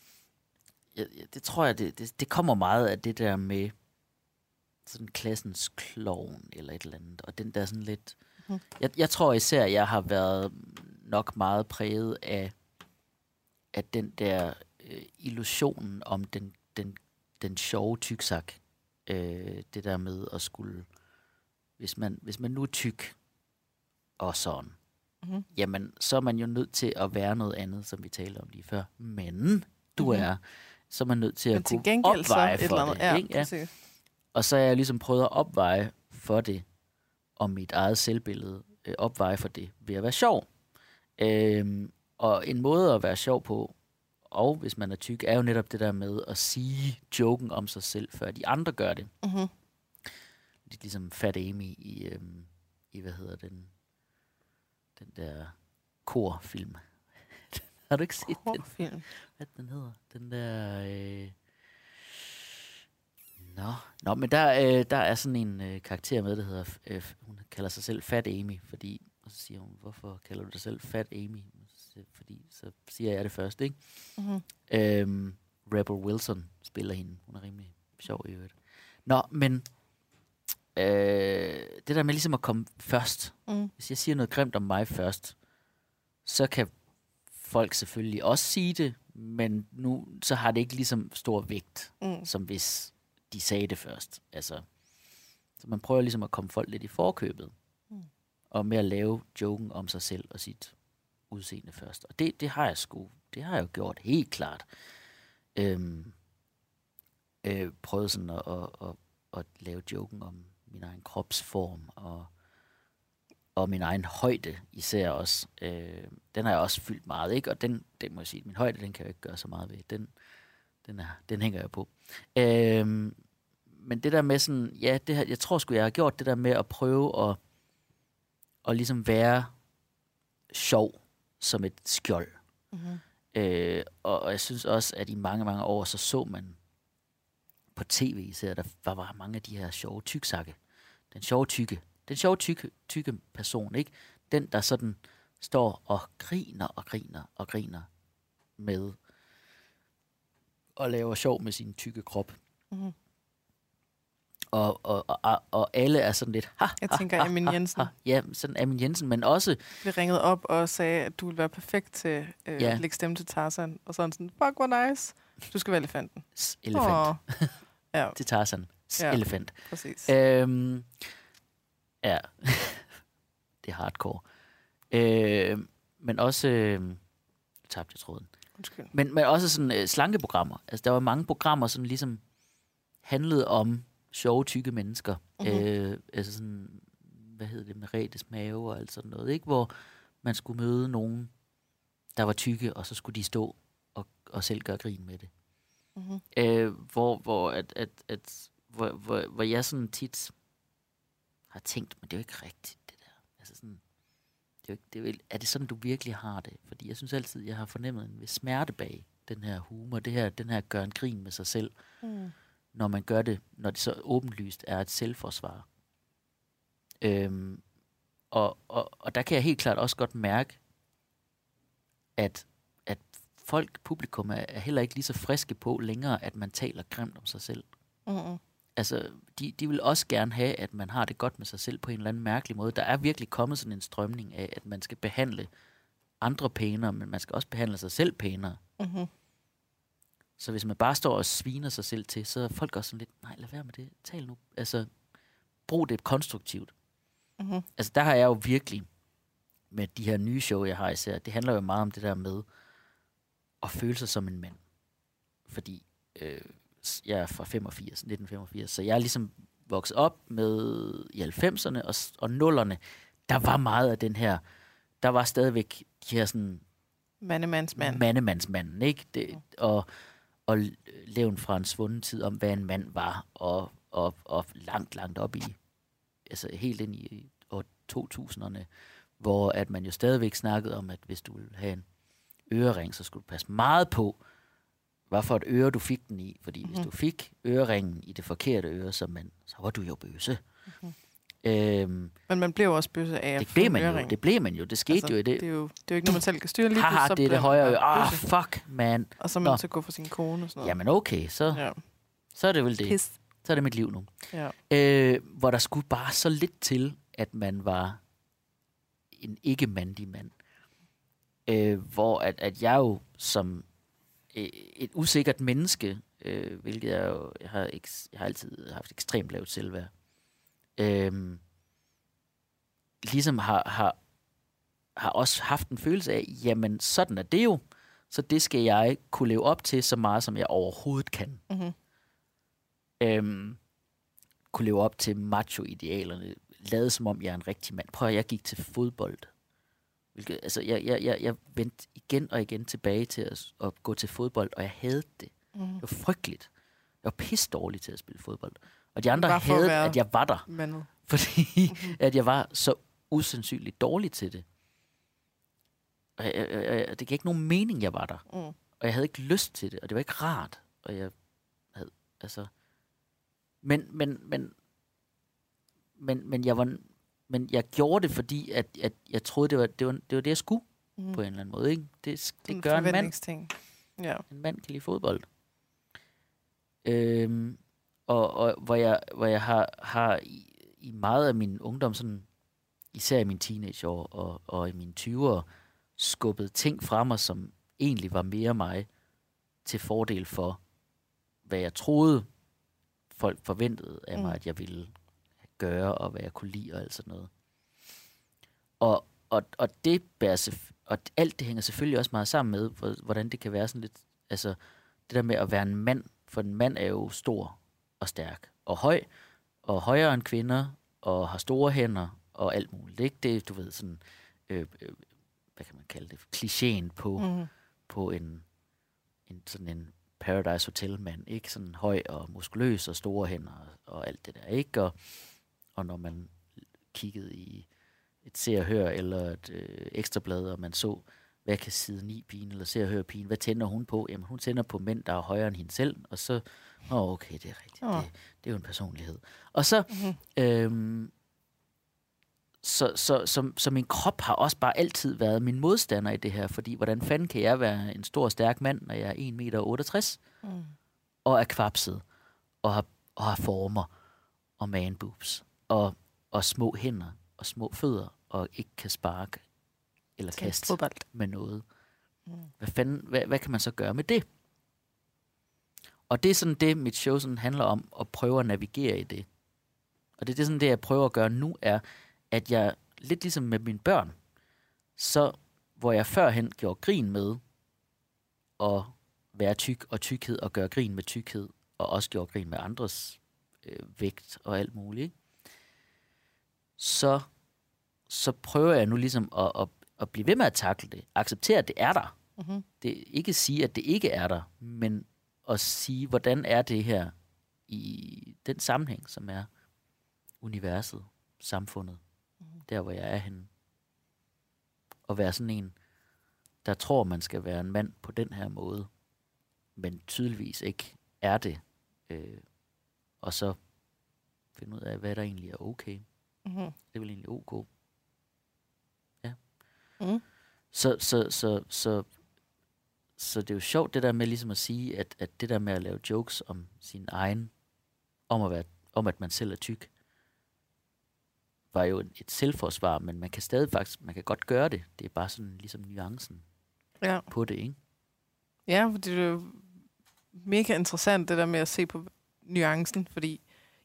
S2: tror jeg, det kommer meget af det der med sådan klassens klovn eller et eller andet, og den der sådan lidt... Jeg tror især, jeg har været nok meget præget af den der illusionen om den sjove tyksak. Det der med at skulle... Hvis man nu er tyk og sådan, jamen, så er man jo nødt til at være noget andet, som vi talte om lige før. Men du så er man nødt til at kunne opveje for det.
S1: Ja,
S2: ikke? Ja. Og så har jeg ligesom prøvet at opveje for det, og mit eget selvbillede opveje for det ved at være sjov. Og en måde at være sjov på, og hvis man er tyk, er jo netop det der med at sige joken om sig selv, før de andre gør det. Lidt ligesom Fat Amy i hvad hedder den der korfilm. Har du ikke set den? Hvad den hedder? Den der... Nå, men der er sådan en karakter med, der hedder... hun kalder sig selv Fat Amy, fordi... Og så siger hun, hvorfor kalder du dig selv Fat Amy? Fordi så siger jeg det først, ikke? Rebel Wilson spiller hende. Hun er rimelig sjov i øvrigt. Nå, men... det der med ligesom at komme først. Hvis jeg siger noget grimt om mig først, så kan folk selvfølgelig også sige det, men nu så har det ikke ligesom stor vægt, som hvis de sagde det først. Altså, så man prøver ligesom at komme folk lidt i forkøbet, og med at lave joken om sig selv og sit udseende først. Og det har jeg jo gjort helt klart. Prøvet sådan at lave joken om min egen kropsform og min egen højde især også. Den har jeg også fyldt meget, ikke? Og den må jeg sige, min højde, den kan jeg ikke gøre så meget ved. Den hænger jeg på. Men det der med sådan, ja, jeg tror sgu, jeg har gjort det der med at prøve at ligesom være sjov som et skjold. Og jeg synes også, at i mange, mange år, så man på tv, så der var mange af de her sjove tyksakke. Den sjove tykke person, ikke? Den, der sådan står og griner med og laver sjov med sin tykke krop. Mm-hmm. Og alle er sådan lidt...
S1: Jeg tænker Amin Jensen.
S2: Ja, sådan Amin Jensen, men også...
S1: Vi ringede op og sagde, at du ville være perfekt til at lægge stemme til Tarzan. Og sådan, fuck, hvor nice. Du skal være elefanten.
S2: Elefant. Ja. Til Tarzan. Elefant.
S1: Præcis.
S2: Ja. Det er hardcore. Men også... tabte jeg tråden.
S1: Undskyld.
S2: Men også sådan slankeprogrammer. Altså, der var mange programmer, som ligesom handlede om sjove, tykke mennesker. Mm-hmm. Altså sådan, hvad hedder det, Meredes mave og alt sådan noget, ikke? Hvor man skulle møde nogen, der var tykke, og så skulle de stå og selv gøre grin med det. Mm-hmm. Hvor jeg sådan tit har tænkt, men det er jo ikke rigtigt, det der. Altså sådan, er det sådan, du virkelig har det? Fordi jeg synes altid, jeg har fornemmet en vis smerte bag den her humor, den her gør en grin med sig selv. Mm. Når man gør det, når det så åbenlyst er et selvforsvar. Og der kan jeg helt klart også godt mærke, at publikum er heller ikke lige så friske på længere, at man taler grimt om sig selv. Mm-hmm. Altså, de vil også gerne have, at man har det godt med sig selv på en eller anden mærkelig måde. Der er virkelig kommet sådan en strømning af, at man skal behandle andre pænere, men man skal også behandle sig selv pænere. Mm-hmm. Så hvis man bare står og sviner sig selv til, så er folk også sådan lidt, nej, lad være med det, tal nu. Altså, brug det konstruktivt. Mm-hmm. Altså, der har jeg jo virkelig, med de her nye show, jeg har især, det handler jo meget om det der med at føle sig som en mand. Fordi jeg er fra 1985, så jeg er ligesom vokset op med i 90'erne og 0'erne. Der var meget af den her, der var stadigvæk de her sådan mandemandsmanden, ikke? Det, og levn fra en svunden tid om, hvad en mand var, og langt op i, altså helt ind i år 2000'erne, hvor at man jo stadigvæk snakkede om, at hvis du ville have en ørering, så skulle du passe meget på, hvad for et øre du fik den i, fordi hvis du fik øreringen i det forkerte øre som mand, så var du jo bøsse. Mm-hmm.
S1: Men man blev også bøsse af at få en ørering.
S2: Det blev man jo. Det skete altså, jo i det.
S1: Det er jo ikke noget, man selv kan styre lige
S2: pludselig. Det er det højere øre. Fuck, man.
S1: Og så er man nødt til at gå for sin kone og sådan noget.
S2: Jamen okay, så er det vel det.
S1: Pist.
S2: Så er det mit liv nu.
S1: Ja.
S2: Hvor der skulle bare så lidt til, at man var en ikke-mandig mand. Hvor at jeg jo som et usikkert menneske, hvilket jeg har altid haft ekstremt lavt selvværd, ligesom har også haft en følelse af, jamen sådan er det jo, så det skal jeg kunne leve op til så meget, som jeg overhovedet kan. Mm-hmm. Kunne leve op til macho-idealerne, lade som om jeg er en rigtig mand. Prøv at jeg gik til fodbold. Hvilket, altså, jeg vendte igen og igen tilbage til at gå til fodbold, og jeg havde det. Mm. Det var frygteligt. Jeg var pisse dårlig til at spille fodbold. Og de andre havde, at jeg var der.
S1: Mandet.
S2: Fordi at jeg var så usandsynligt dårlig til det. Og det gav ikke nogen mening, jeg var der. Mm. Og jeg havde ikke lyst til det, og det var ikke rart. Og jeg havde, altså... Men jeg var... Men jeg gjorde det, fordi at jeg troede, det var det, jeg skulle på en eller anden måde. Ikke? Det gør en mand.
S1: Ja.
S2: En mand kan lide fodbold. Og hvor jeg har i meget af min ungdom, sådan, især i mine teenageår og i mine 20'ere, skubbet ting fra mig, som egentlig var mere mig, til fordel for, hvad jeg troede, folk forventede af mig, at jeg ville gøre, og hvad jeg kunne lide, og alt sådan noget. Og det og alt det hænger selvfølgelig også meget sammen med, hvordan det kan være sådan lidt, altså det der med at være en mand, for en mand er jo stor og stærk, og høj, og højere end kvinder, og har store hænder, og alt muligt. Ikke? Det, du ved, sådan, hvad kan man kalde det, klichéen på en sådan en Paradise Hotel-mand, ikke? Sådan høj og muskuløs og store hænder og alt det der, ikke? Og når man kiggede i et Se og Hør eller et ekstrablad, og man så, hvad kan side 9-pigen eller Se og Hør-pigen, hvad tænder hun på? Jamen, hun tænder på mænd, der er højere end hende selv, og så Okay, det er rigtigt. Det er jo en personlighed. Og så, så min krop har også bare altid været min modstander i det her, fordi hvordan fanden kan jeg være en stor, stærk mand, når jeg er 1,68 meter, og er kvapset, og har former, og man-boobs, og små hænder, og små fødder, og ikke kan sparke, eller kaste med noget. Hvad kan man så gøre med det? Og det er sådan det, mit show sådan handler om, at prøve at navigere i det. Og det er sådan det, jeg prøver at gøre nu, er, at jeg, lidt ligesom med mine børn, så hvor jeg førhen gjorde grin med at være tyk og tykkhed, og gøre grin med tykkhed, og også gjorde grin med andres vægt og alt muligt, så prøver jeg nu ligesom at blive ved med at takle det. Acceptere, at det er der. Det ikke sige, at det ikke er der, men at sige, hvordan er det her i den sammenhæng, som er universet, samfundet, der hvor jeg er henne. Og være sådan en, der tror, man skal være en mand på den her måde, men tydeligvis ikke er det. Og så finde ud af, hvad der egentlig er okay. Det er vel egentlig ok. Ja. Så det er jo sjovt, det der med ligesom at sige, at det der med at lave jokes om sin egen, om at man selv er tyk, var jo et selvforsvar, men man kan stadig faktisk, man kan godt gøre det. Det er bare sådan ligesom nuancen på det, ikke?
S1: Ja, fordi det er jo mega interessant, det der med at se på nuancen, fordi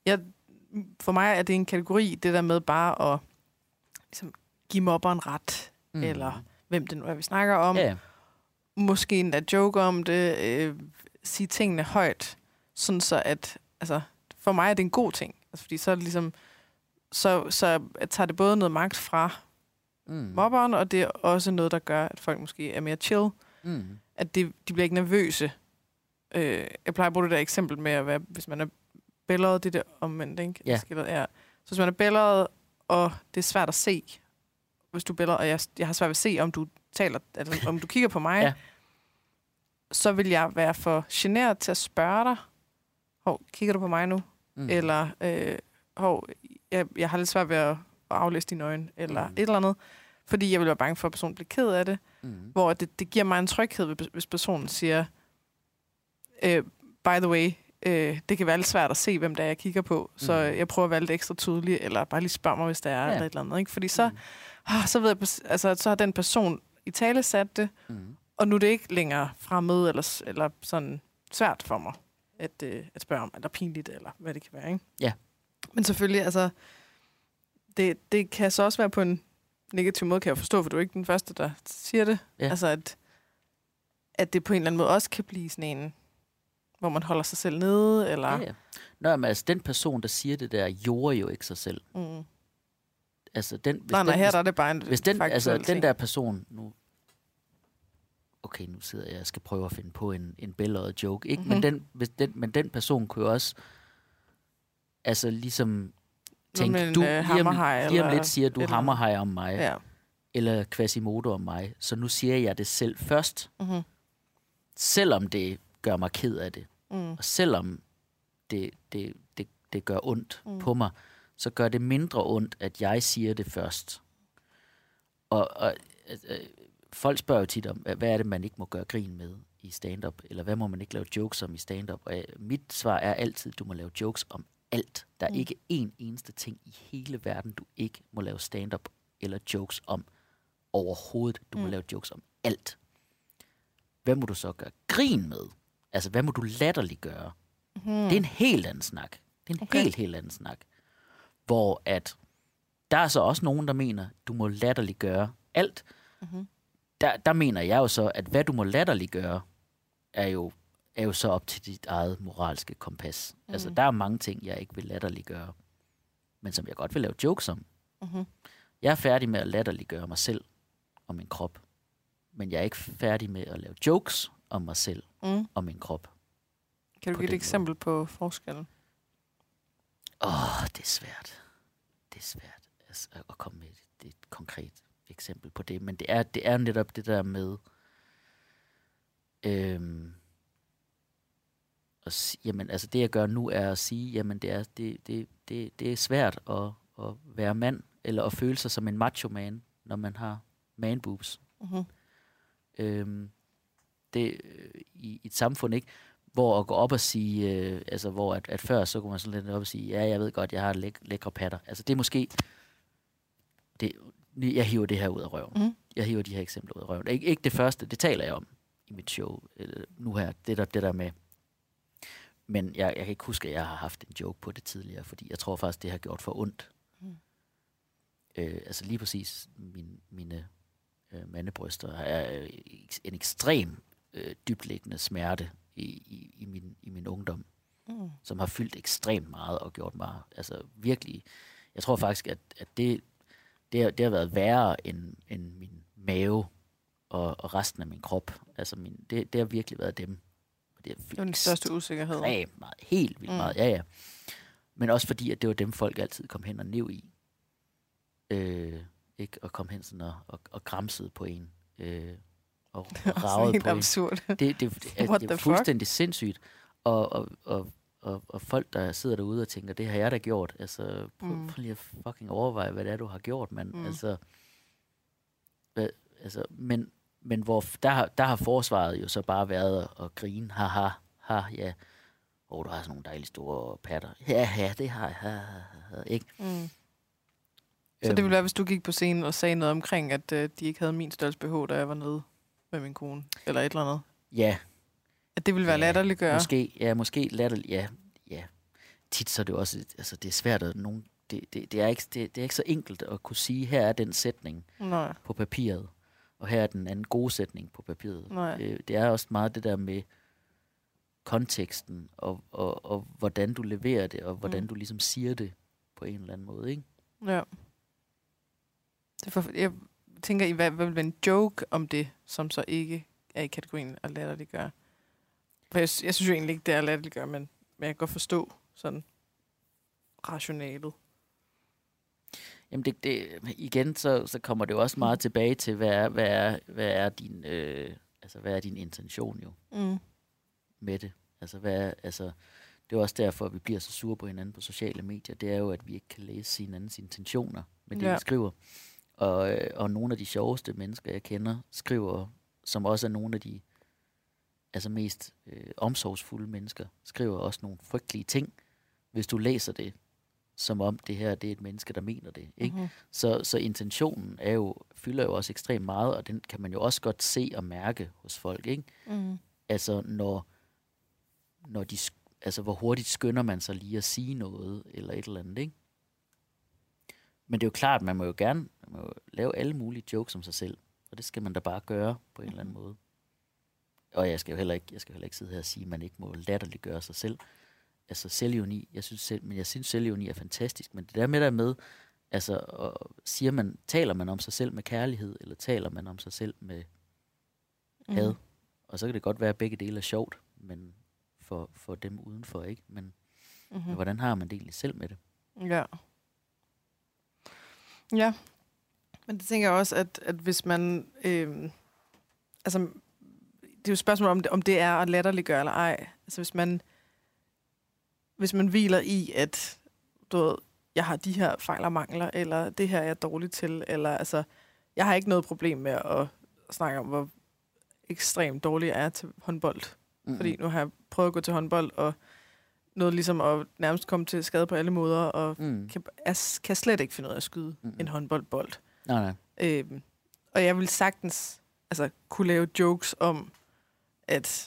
S1: for mig er det en kategori, det der med bare at ligesom, give mobberen ret, eller hvem det nu er, vi snakker om.
S2: Ja.
S1: Måske endda joke om det, sige tingene højt, sådan så at, altså, for mig er det en god ting. Altså, fordi så er det ligesom, så tager det både noget magt fra mobberen, og det er også noget, der gør, at folk måske er mere chill. At de bliver ikke nervøse. Jeg plejer at bruge det der eksempel med at være, hvis man er bælgeret, det der omvendt, ikke?
S2: Ja.
S1: Så hvis man er bælgeret, og det er svært at se, hvis du bælger, og jeg har svært ved at se, om du taler, altså, om du kigger på mig, så vil jeg være for generet til at spørge dig, kigger du på mig nu? Eller, jeg har lidt svært ved at aflæse dine øjne, eller et eller andet, fordi jeg vil være bange for, at personen bliver ked af det, hvor det giver mig en tryghed, hvis personen siger, by the way, det kan være lidt svært at se, hvem der jeg kigger på, så jeg prøver at være lidt ekstra tydelig, eller bare lige spørg mig, hvis der er eller et eller andet, ikke? Fordi så ved jeg, altså, så har den person i tale sat det, og nu er det ikke længere fremmed, eller sådan svært for mig, at spørge om, eller pinligt, eller hvad det kan være, ikke?
S2: Ja.
S1: Men selvfølgelig, altså, det kan så også være på en negativ måde, kan jeg forstå, for du er ikke den første, der siger det. Ja. Altså, at det på en eller anden måde også kan blive sådan en, hvor man holder sig selv nede, eller...
S2: Ja. Nå, men altså, den person, der siger det der, gjorde jo ikke sig selv. Altså,
S1: her der er det bare en
S2: hvis den der person nu... Okay, nu sidder jeg og skal prøve at finde på en bælgeret joke, ikke? Men den person kunne jo også... Altså, ligesom... Tænk, du lige om lidt siger, du hammerhaj om mig, eller Quasimodo om mig, så nu siger jeg det selv først, selvom det gør mig ked af det, og selvom det gør ondt på mig, så gør det mindre ondt, at jeg siger det først. Og folk spørger jo tit om, hvad er det, man ikke må gøre grin med i stand-up, eller hvad må man ikke lave jokes om i stand-up, og mit svar er altid, du må lave jokes om alt. Der er ikke en eneste ting i hele verden, du ikke må lave stand-up eller jokes om overhovedet. Du må lave jokes om alt. Hvad må du så gøre grin med? Altså, hvad må du latterliggøre? Det er en helt anden snak. Det er en helt anden snak. Hvor at der er så også nogen, der mener, du må latterliggøre alt. Der mener jeg jo så, at hvad du må latterliggøre, er jo så op til dit eget moralske kompas. Altså, der er mange ting, jeg ikke vil latterliggøre, men som jeg godt vil lave jokes om. Jeg er færdig med at latterliggøre mig selv og min krop, men jeg er ikke færdig med at lave jokes om mig selv og min krop.
S1: Kan du give et eksempel på forskellen?
S2: Det er svært. Det er svært at komme med et konkret eksempel på det, men det er netop det der med... jamen, altså det jeg gør nu er at sige, jamen det er svært at være mand, eller at føle sig som en macho man, når man har man boobs. Det i et samfund, ikke? Hvor at gå op og sige, altså hvor at før, så kunne man sådan lidt op og sige, ja, jeg ved godt, jeg har lækre patter. Altså det er måske, jeg hiver det her ud af røven. Jeg hiver de her eksempler ud af røven. Ikke det første, det taler jeg om i mit show nu her, det der med. Men jeg kan ikke huske, at jeg har haft en joke på det tidligere, fordi jeg tror faktisk, det har gjort for ondt. Altså lige præcis mine mandebryster er en ekstrem dybtliggende smerte i min ungdom, som har fyldt ekstremt meget og gjort mig, altså virkelig, jeg tror faktisk, at det har været værre end min mave og resten af min krop. Altså det har virkelig været dem.
S1: Det er den største usikkerhed.
S2: Meget, helt vildt meget, ja. Men også fordi, at det var dem, folk altid kom hen og nev i. Ikke? Og kom hen sådan og gramsede på en. Og ragede på
S1: absurd.
S2: En. Det er fuldstændig sindssygt. Og folk, der sidder derude og tænker, det har jeg da gjort. Altså, prøv lige at fucking overveje, hvad det er, du har gjort, mand. Men hvor der har forsvaret jo så bare været at grine. Ja. Du har sådan nogle dejlige store patter. Ja, det har jeg. Ikke?
S1: Så det ville være, hvis du gik på scenen og sagde noget omkring, at de ikke havde min størrelse BH, da jeg var nede med min kone, eller et eller andet?
S2: Ja.
S1: At det ville være latterliggøre?
S2: Måske latterlig, ja. Tit så er det jo også, altså det er svært at nogen, det er ikke så enkelt at kunne sige, her er den sætning på papiret, og her er den anden gode sætning på papiret. Det er også meget det der med konteksten, og hvordan du leverer det, og hvordan du ligesom siger det på en eller anden måde, ikke?
S1: Ja. Jeg tænker, hvad vil være en joke om det, som så ikke er i kategorien at latterliggøre? For jeg synes jo egentlig ikke, det er at latterliggøre, men jeg kan godt forstå sådan rationalet.
S2: Jamen igen, så kommer det jo også meget tilbage til, hvad er din intention jo med det. Altså, det er også derfor, at vi bliver så sure på hinanden på sociale medier. Det er jo, at vi ikke kan læse hinandens intentioner med det, vi skriver. Og nogle af de sjoveste mennesker, jeg kender, skriver, som også er nogle af de mest omsorgsfulde mennesker, skriver også nogle frygtelige ting, hvis du læser det, som om det her, det er et menneske, der mener det. Ikke? Så intentionen fylder jo også ekstremt meget, og den kan man jo også godt se og mærke hos folk. Ikke? Altså, når de, hvor hurtigt skynder man sig lige at sige noget, eller et eller andet, ikke? Men det er jo klart, man må jo lave alle mulige jokes om sig selv, og det skal man da bare gøre på en eller anden måde. Og jeg skal jo heller ikke sidde her og sige, at man ikke må latterliggøre sig selv. Altså selvironi, jeg synes selvironi er fantastisk, men det der med, taler man om sig selv med kærlighed, eller taler man om sig selv med had? Og så kan det godt være, at begge dele er sjovt, men for dem udenfor, ikke? Men hvordan har man det egentlig selv med det?
S1: Ja. Ja, men det tænker jeg også, at hvis man... det er jo et spørgsmål, om det er at latterliggøre eller ej. Altså hvis man hviler i, at jeg har de her fejl og mangler, eller det her er jeg dårlig til, eller jeg har ikke noget problem med at snakke om, hvor ekstremt dårlig jeg er til håndbold. Fordi nu har jeg prøvet at gå til håndbold, og noget ligesom at nærmest komme til skade på alle måder, og kan slet ikke finde ud af at skyde en håndboldbold.
S2: Nej.
S1: Og jeg vil sagtens kunne lave jokes om, at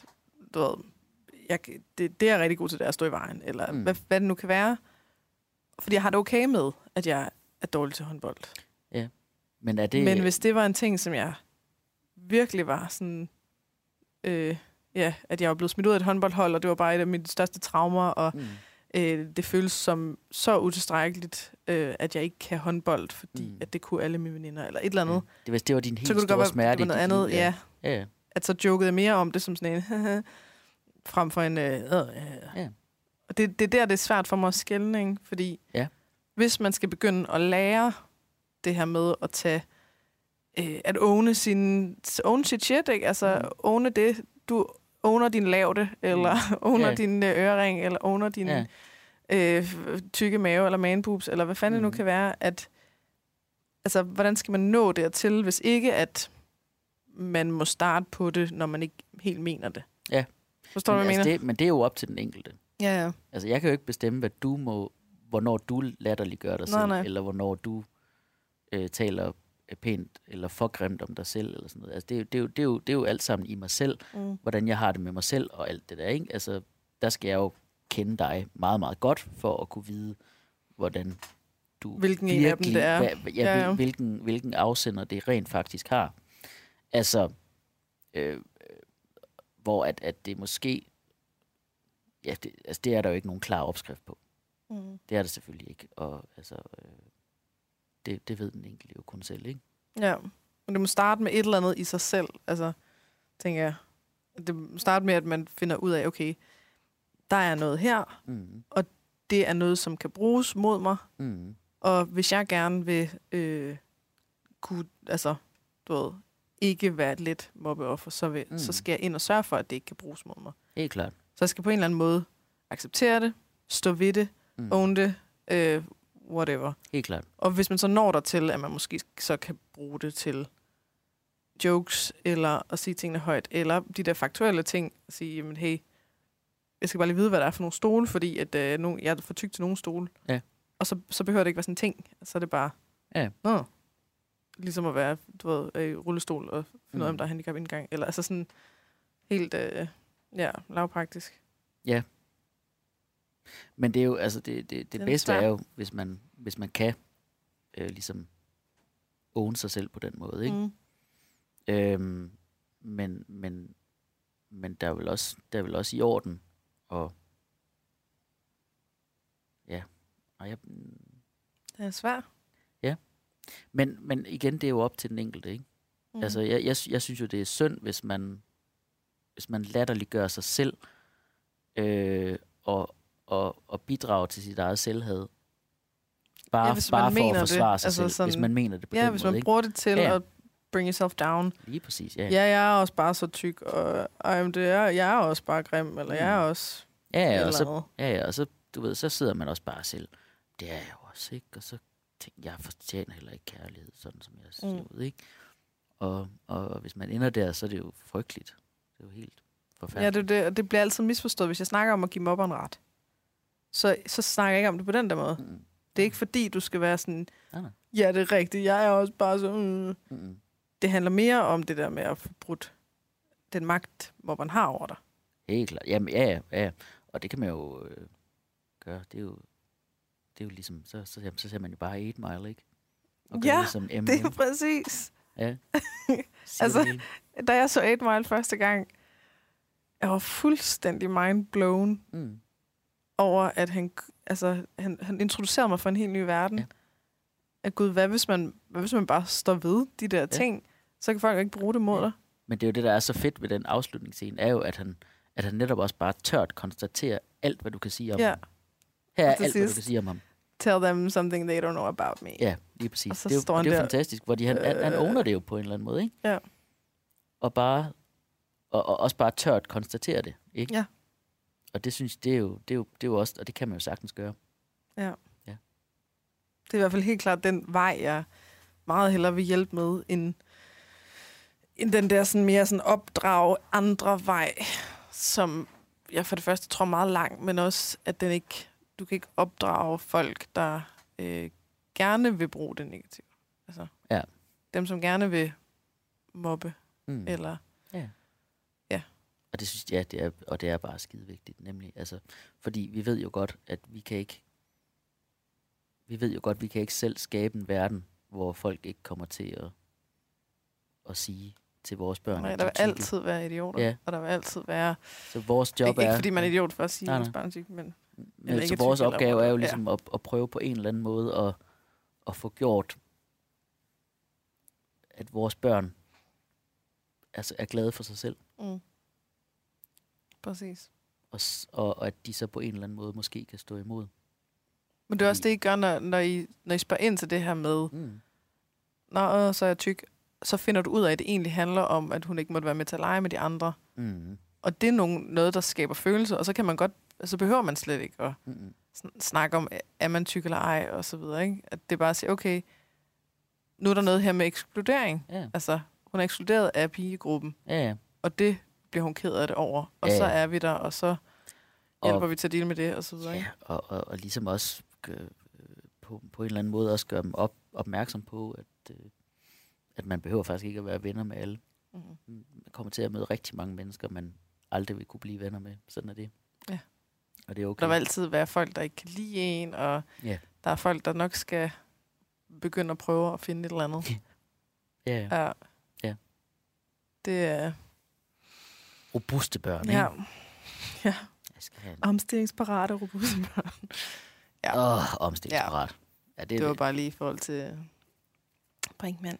S1: det er jeg rigtig god til, det at stå i vejen, eller hvad det nu kan være. Fordi jeg har det okay med, at jeg er dårlig til håndbold.
S2: Ja. Men
S1: hvis det var en ting, som jeg virkelig var sådan... at jeg var blevet smidt ud af et håndboldhold, og det var bare et af mine største traumer, og det føles som så utilstrækkeligt, at jeg ikke kan håndbold, fordi at det kunne alle mine veninder, eller et eller andet.
S2: Ja. Det var din helt store smerte.
S1: Det var noget andet, ja. At så jokede jeg mere om det som sådan en, frem for en... Og det er der, det er svært for mig at skelne, ikke? Fordi hvis man skal begynde at lære det her med at tage... at own sit shit, ikke? Altså, own det, du owner din lavde, eller owner din ørering, eller owner din tykke mave, eller manboobs, eller hvad fanden det nu kan være, at altså, hvordan skal man nå dertil, hvis ikke at man må starte på det, når man ikke helt mener det?
S2: Ja.
S1: Forstår du, hvad jeg mener?
S2: Men det er jo op til den enkelte.
S1: Ja. Altså,
S2: jeg kan jo ikke bestemme, hvornår du latterliggør dig selv, eller hvornår du taler pænt eller for grimt om dig selv, eller sådan noget. Altså, det er jo alt sammen i mig selv, hvordan jeg har det med mig selv, og alt det der, ikke? Altså, der skal jeg jo kende dig meget, meget godt, for at kunne vide, hvordan du
S1: hvilken virkelig, af dem det er.
S2: Hvilken afsender det rent faktisk har. Altså, hvor at det måske... Ja, det er der jo ikke nogen klar opskrift på. Det er det selvfølgelig ikke. Og altså, det ved den enkelte jo kun selv, ikke?
S1: Ja, men det må starte med et eller andet i sig selv. Altså, tænker jeg. Det må starte med, at man finder ud af, okay, der er noget her, og det er noget, som kan bruges mod mig. Og hvis jeg gerne vil kunne, altså, du ved, ikke være et let mobbeoffer, så skal jeg ind og sørge for, at det ikke kan bruges mod mig.
S2: Helt klart.
S1: Så jeg skal på en eller anden måde acceptere det, stå ved det, own det, whatever.
S2: Helt klart.
S1: Og hvis man så når der til, at man måske så kan bruge det til jokes, eller at sige tingene højt, eller de der faktuelle ting, at sige, jamen hey, jeg skal bare lige vide, hvad der er for nogle stole, fordi at, jeg er for tyk til nogle stole.
S2: Ja.
S1: Og så behøver det ikke være sådan en ting. Så er det bare, ligesom at være, du ved, i rullestol og finde ud af, om der er handicap indgang. Eller altså sådan helt, lavpraktisk.
S2: Ja. Men det er jo, altså det bedste er jo, hvis man kan ligesom own sig selv på den måde, ikke? Men der er vel også i orden, og ja,
S1: det er svært.
S2: Ja, men igen, det er jo op til den enkelte, ikke? Altså, jeg synes jo, det er synd, hvis man latterliggør sig selv, og bidrager til sit eget selvhad. Bare for at forsvare sig selv, sådan, hvis man mener det på den måde.
S1: Ja, hvis man bruger det til at bring yourself down.
S2: Lige præcis, ja.
S1: Ja, jeg er også bare så tyk, og jeg er også bare grim, eller jeg er også...
S2: Og så, du ved, så sidder man også bare selv. Det er jeg jo også, ikke? Og så tænker jeg fortjener heller ikke kærlighed, sådan som jeg ser ud, ikke? Og hvis man ender der, så er det jo frygteligt. Det er jo helt forfærdeligt.
S1: Ja, det bliver altid misforstået. Hvis jeg snakker om at give mobberen ret, så snakker jeg ikke om det på den der måde. Det er ikke fordi, du skal være sådan, ja, det er rigtigt, jeg er også bare så... Det handler mere om det der med at få brudt den magt, mobberen har over dig.
S2: Helt klart. Jamen, ja. Og det kan man jo gøre. Det er jo ligesom, så ser man jo bare 8 Mile, ikke? Og
S1: ja, ligesom det er præcis.
S2: Ja.
S1: Altså, da jeg så 8 Mile første gang, jeg var fuldstændig mindblown over, at han introducerede mig for en helt ny verden. Ja. At gud, hvad hvis man bare står ved de der ting, så kan folk ikke bruge det mod dig.
S2: Men det er jo det, der er så fedt ved den afslutningsscene, er jo, at han netop også bare tørt konstaterer alt, hvad du kan sige om ham. Her er alt, hvad du kan sige om ham.
S1: Tell them something they don't know about me.
S2: Ja, lige præcis. Det er jo fantastisk, fordi han owner det jo på en eller anden måde, ikke?
S1: Ja.
S2: Og også bare tørt konstatere det, ikke?
S1: Ja.
S2: Og det synes det er jo også, og det kan man jo sagtens gøre.
S1: Ja. Det er i hvert fald helt klart den vej, jeg meget hellere vil hjælpe med, end den der sådan mere sådan opdrage andre vej, som jeg for det første tror meget langt, men også, at du kan ikke opdrage folk, der gerne vil bruge det negativt. Altså, dem, som gerne vil mobbe, eller... Ja.
S2: Og det synes jeg, det er bare skide vigtigt, nemlig. Altså, fordi vi ved jo godt, at vi kan ikke selv skabe en verden, hvor folk ikke kommer til at sige til vores børn.
S1: Nej, der vil altid være idioter, og der vil altid være...
S2: Så vores job
S1: ikke fordi man er idiot for at sige, at barn syg, men
S2: så vores opgave er jo ligesom at prøve på en eller anden måde at få gjort, at vores børn altså er glade for sig selv.
S1: Præcis.
S2: Og at de så på en eller anden måde måske kan stå imod.
S1: Men det er også det, I gør, når I spørger ind til det her med, så er jeg tyk, så finder du ud af, at det egentlig handler om, at hun ikke måtte være med til at lege med de andre. Og det er noget, der skaber følelser, og så kan man godt, så behøver man slet ikke at snakke om, er man tyk eller ej, og så videre, ikke? At det er bare at sige, okay, nu er der noget her med ekskludering. Ja. Altså, hun er ekskluderet af pigegruppen, og det bliver hun ked af det over, og så er vi der, og så hjælper vi til at dele med det, og så videre, ikke?
S2: Og ligesom også på en eller anden måde også gøre dem opmærksom på, at man behøver faktisk ikke at være venner med alle. Man kommer til at møde rigtig mange mennesker, man aldrig vil kunne blive venner med. Sådan er det. Ja. Og det er okay.
S1: Der vil altid være folk, der ikke kan lide en, og der er folk, der nok skal begynde at prøve at finde et eller andet. Ja. Det er...
S2: robuste børn,
S1: ja.
S2: Ikke?
S1: Ja. Omstillingsparate robuste børn.
S2: Omstillingsparat. Ja,
S1: det var bare lige i forhold til Brinkmann.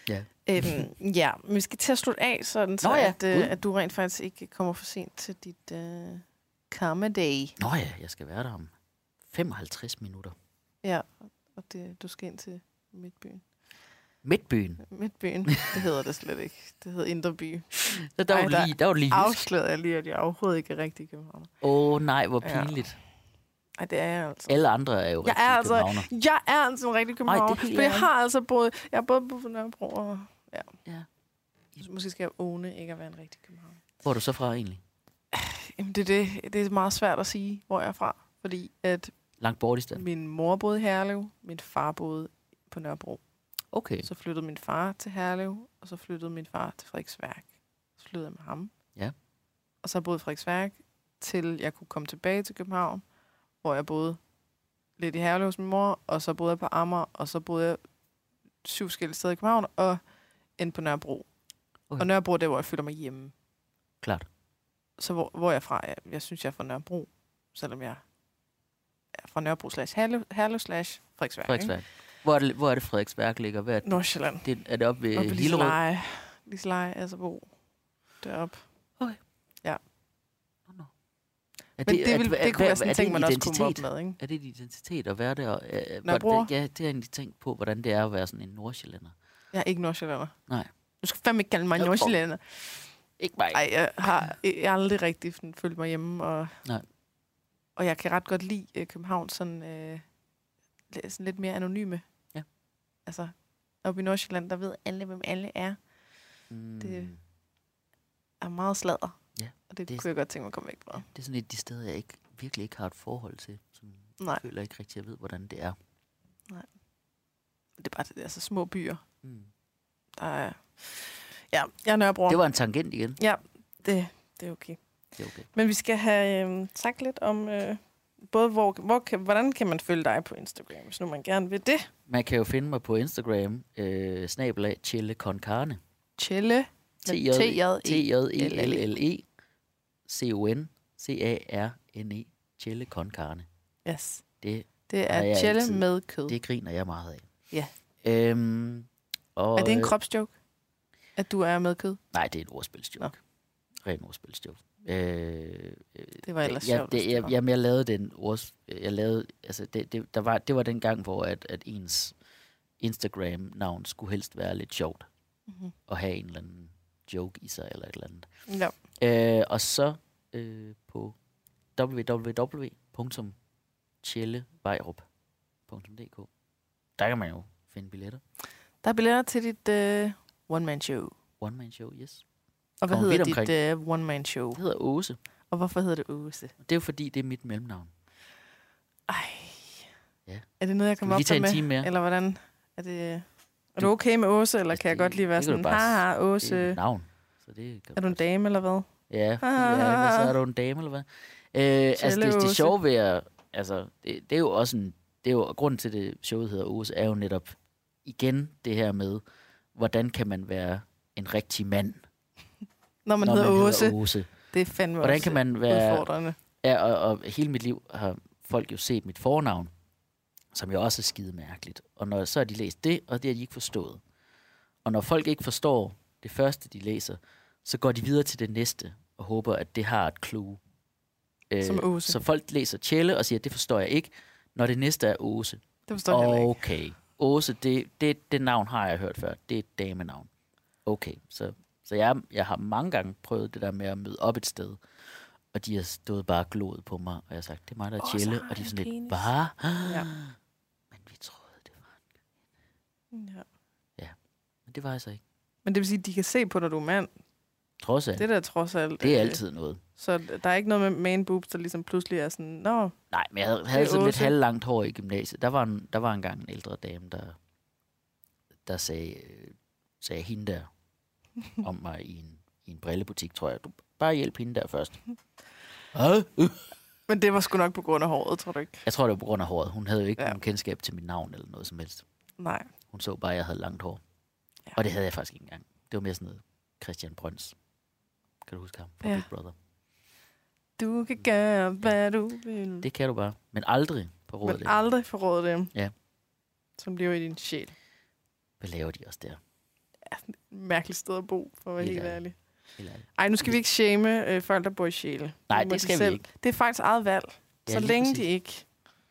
S2: Ja.
S1: Vi skal til at slutte af, sådan så at du rent faktisk ikke kommer for sent til dit comedy.
S2: Nå ja, jeg skal være der om 55 minutter.
S1: Ja, og du skal ind til Midtbyen.
S2: Midtbyen?
S1: Midtbyen, det hedder det slet ikke. Det hedder Indre By.
S2: Der var du lige
S1: afslørede jeg lige, at jeg overhovedet ikke er rigtig københavner.
S2: Nej, hvor pinligt.
S1: Nej, det er jeg altså.
S2: Alle andre er jo rigtig københavner.
S1: Jeg er altså en rigtig københavner. For jeg har altså både på Nørrebro og... Ja. Måske skal jeg åne ikke at være en rigtig københavner.
S2: Hvor er du så fra egentlig?
S1: Jamen, det er meget svært at sige, hvor jeg er fra. Fordi at...
S2: Langt bort i stedet?
S1: Min mor boede i Herlev, min far boede på Nørrebro.
S2: Okay.
S1: Så flyttede min far til Herlev, og så flyttede min far til Frederiksværk. Så flyttede jeg med ham.
S2: Ja.
S1: Og så boede i Frederiksværk, til jeg kunne komme tilbage til København, hvor jeg boede lidt i Herlev hos min mor, og så boede jeg på Amager, og så boede jeg 7 forskellige steder i København, og endte på Nørrebro. Okay. Og Nørrebro er der, hvor jeg føler mig hjemme.
S2: Klart.
S1: Så hvor jeg er fra? Jeg synes, jeg er fra Nørrebro, selvom jeg er fra Nørrebro /Herlev/Frederiksværk.
S2: Hvor er det
S1: Frederiksværk
S2: ligger? Hvad
S1: Nordsjælland.
S2: Er det oppe ved Hillerød?
S1: Liseleje, altså bo deroppe.
S2: Okay.
S1: Ja.
S2: No.
S1: Men det kunne være sådan en ting, man også kunne op med, ikke?
S2: Er det identitet at være der?
S1: Nørrebro?
S2: Ja, det har jeg egentlig tænkt på, hvordan det er at være sådan en nordsjællander.
S1: Jeg er ikke nordsjællander.
S2: Nej.
S1: Du skal fandme ikke kalde mig nordsjællander.
S2: Ikke mig.
S1: Nej, jeg har aldrig rigtig følt mig hjemme, og jeg kan ret godt lide København sådan lidt mere anonyme.
S2: Ja.
S1: Altså, oppe i Nordsjælland, der ved alle, hvem alle er. Det er meget sladder.
S2: Ja.
S1: Og det kunne jeg godt tænke mig at komme væk fra.
S2: Ja, det er sådan et af de steder, jeg virkelig ikke har et forhold til. Som jeg føler ikke rigtig, jeg ved, hvordan det er.
S1: Nej. Det er bare det der så små byer. Der er... Ja, jeg er Nørrebro.
S2: Det var en tangent igen.
S1: Ja, det er okay.
S2: Det er okay.
S1: Men vi skal have sagt lidt om... både hvordan kan man følge dig på Instagram, hvis nu man gerne vil det?
S2: Man kan jo finde mig på Instagram, @ChelleConCarne.
S1: Chelle?
S2: TJELLE CONCARNE. Chelle ConCarne.
S1: Yes.
S2: Det
S1: er chelle med kød.
S2: Det griner jeg meget af.
S1: Ja.
S2: Og
S1: er det en kropsjoke, at du er med kød?
S2: Nej, det er en ordspilsjoke. Ren ordspilsjoke.
S1: Det var ellers sjovt.
S2: Jeg lavede den det var den gang, hvor at ens Instagram-navn skulle helst være lidt sjovt. Og have en eller anden joke i sig, eller et eller andet.
S1: Ja.
S2: Og så på www.chellevejrup.dk. Der kan man jo finde billetter.
S1: Der er billetter til dit one-man-show.
S2: One-man-show, yes.
S1: Og hvad hedder dit one-man-show?
S2: Det hedder Åse.
S1: Og hvorfor hedder det Åse?
S2: Det er jo fordi, det er mit mellemnavn.
S1: Ej.
S2: Ja.
S1: Er det noget, jeg kan op med? Eller hvordan? Er du okay med Åse, eller kan jeg godt lige være sådan, haha, Åse?
S2: Det er et navn. Så det
S1: er du en dame, eller hvad?
S2: Ja, så er du en dame, eller hvad? Det sjove ved at... Altså, det er jo også en... Det er jo grunden til, det showet hedder Åse, er jo netop igen det her med, hvordan kan man være en rigtig mand,
S1: når man hedder Åse. Det er fandme
S2: hvordan kan man være
S1: udfordrende.
S2: Ja, og hele mit liv har folk jo set mit fornavn, som jo også er skide mærkeligt. Og så har de læst det, og det har de ikke forstået. Og når folk ikke forstår det første, de læser, så går de videre til det næste, og håber, at det har et clue.
S1: Som Åse.
S2: Så folk læser Tjelle og siger, det forstår jeg ikke, når det næste er Åse.
S1: Det forstår jeg ikke.
S2: Okay. Åse, det navn har jeg hørt før. Det er et damenavn. Okay, så Så jeg har mange gange prøvet det der med at møde op et sted, og de har stået bare gloet på mig, og jeg har sagt, det er mig, der er chille, og de er sådan lidt, bare. Ja. Men vi troede, det var en kvinde. Ja, men det var jeg så ikke.
S1: Men det vil sige, at de kan se på dig, du er mand.
S2: Trods alt.
S1: Det der trods alt.
S2: Det er altid noget.
S1: Så der er ikke noget med man boobs, der ligesom pludselig er sådan, nå.
S2: Nej, men jeg havde sådan lidt halvlangt hår i gymnasiet. Der var engang en ældre dame, der sagde hende der om mig i en brillebutik, tror jeg. Du bare hjælp hende der først.
S1: Men det var sgu nok på grund af håret, tror du ikke?
S2: Jeg tror, det var på grund af håret. Hun havde jo ikke nogen kendskab til mit navn eller noget som helst.
S1: Nej.
S2: Hun så bare, at jeg havde langt hår. Ja. Og det havde jeg faktisk ikke engang. Det var mere sådan noget Christian Brøns. Kan du huske ham fra Big Brother?
S1: Du kan gøre, hvad du vil.
S2: Det kan du bare. Men aldrig forråde det.
S1: Men aldrig forråde det.
S2: Ja.
S1: Som lever i din sjæl.
S2: Hvad laver de også der?
S1: Ja, mærkeligt sted at bo, for at være helt ærlig. Ej, nu skal vi ikke shame folk, der bor i sjæle.
S2: Nej, det skal vi ikke.
S1: Det er faktisk eget valg. Ja, så længe præcis. De ikke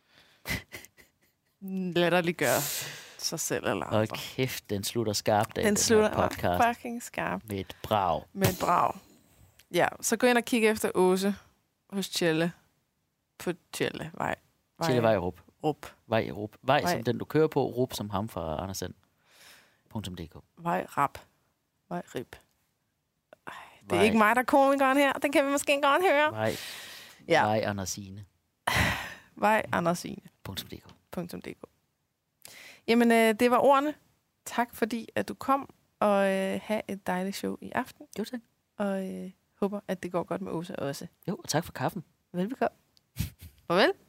S1: latterliggør sig selv eller andre.
S2: Og kæft, den slutter skarpt af
S1: den slutter
S2: podcast.
S1: Fucking skarpt.
S2: Med et brag.
S1: Med et brag. Ja, så gå ind og kig efter Åse hos Tjelle. På Tjelle Vej.
S2: Tjelle Rup.
S1: Vej
S2: Rup. Vej som den, du kører på. Rup som ham fra Andersen.dk.
S1: Vej Rap. Vej Rip. Det er ikke mig, der er komikeren her. Den kan vi måske godt høre.
S2: Vej Andersine.
S1: Vej Andersine.dk. Jamen, det var ordene. Tak fordi, at du kom, og have et dejligt show i aften.
S2: Jo, tak.
S1: Og håber, at det går godt med Åse også.
S2: Jo, og tak for kaffen.
S1: Velbekomme. Farvel.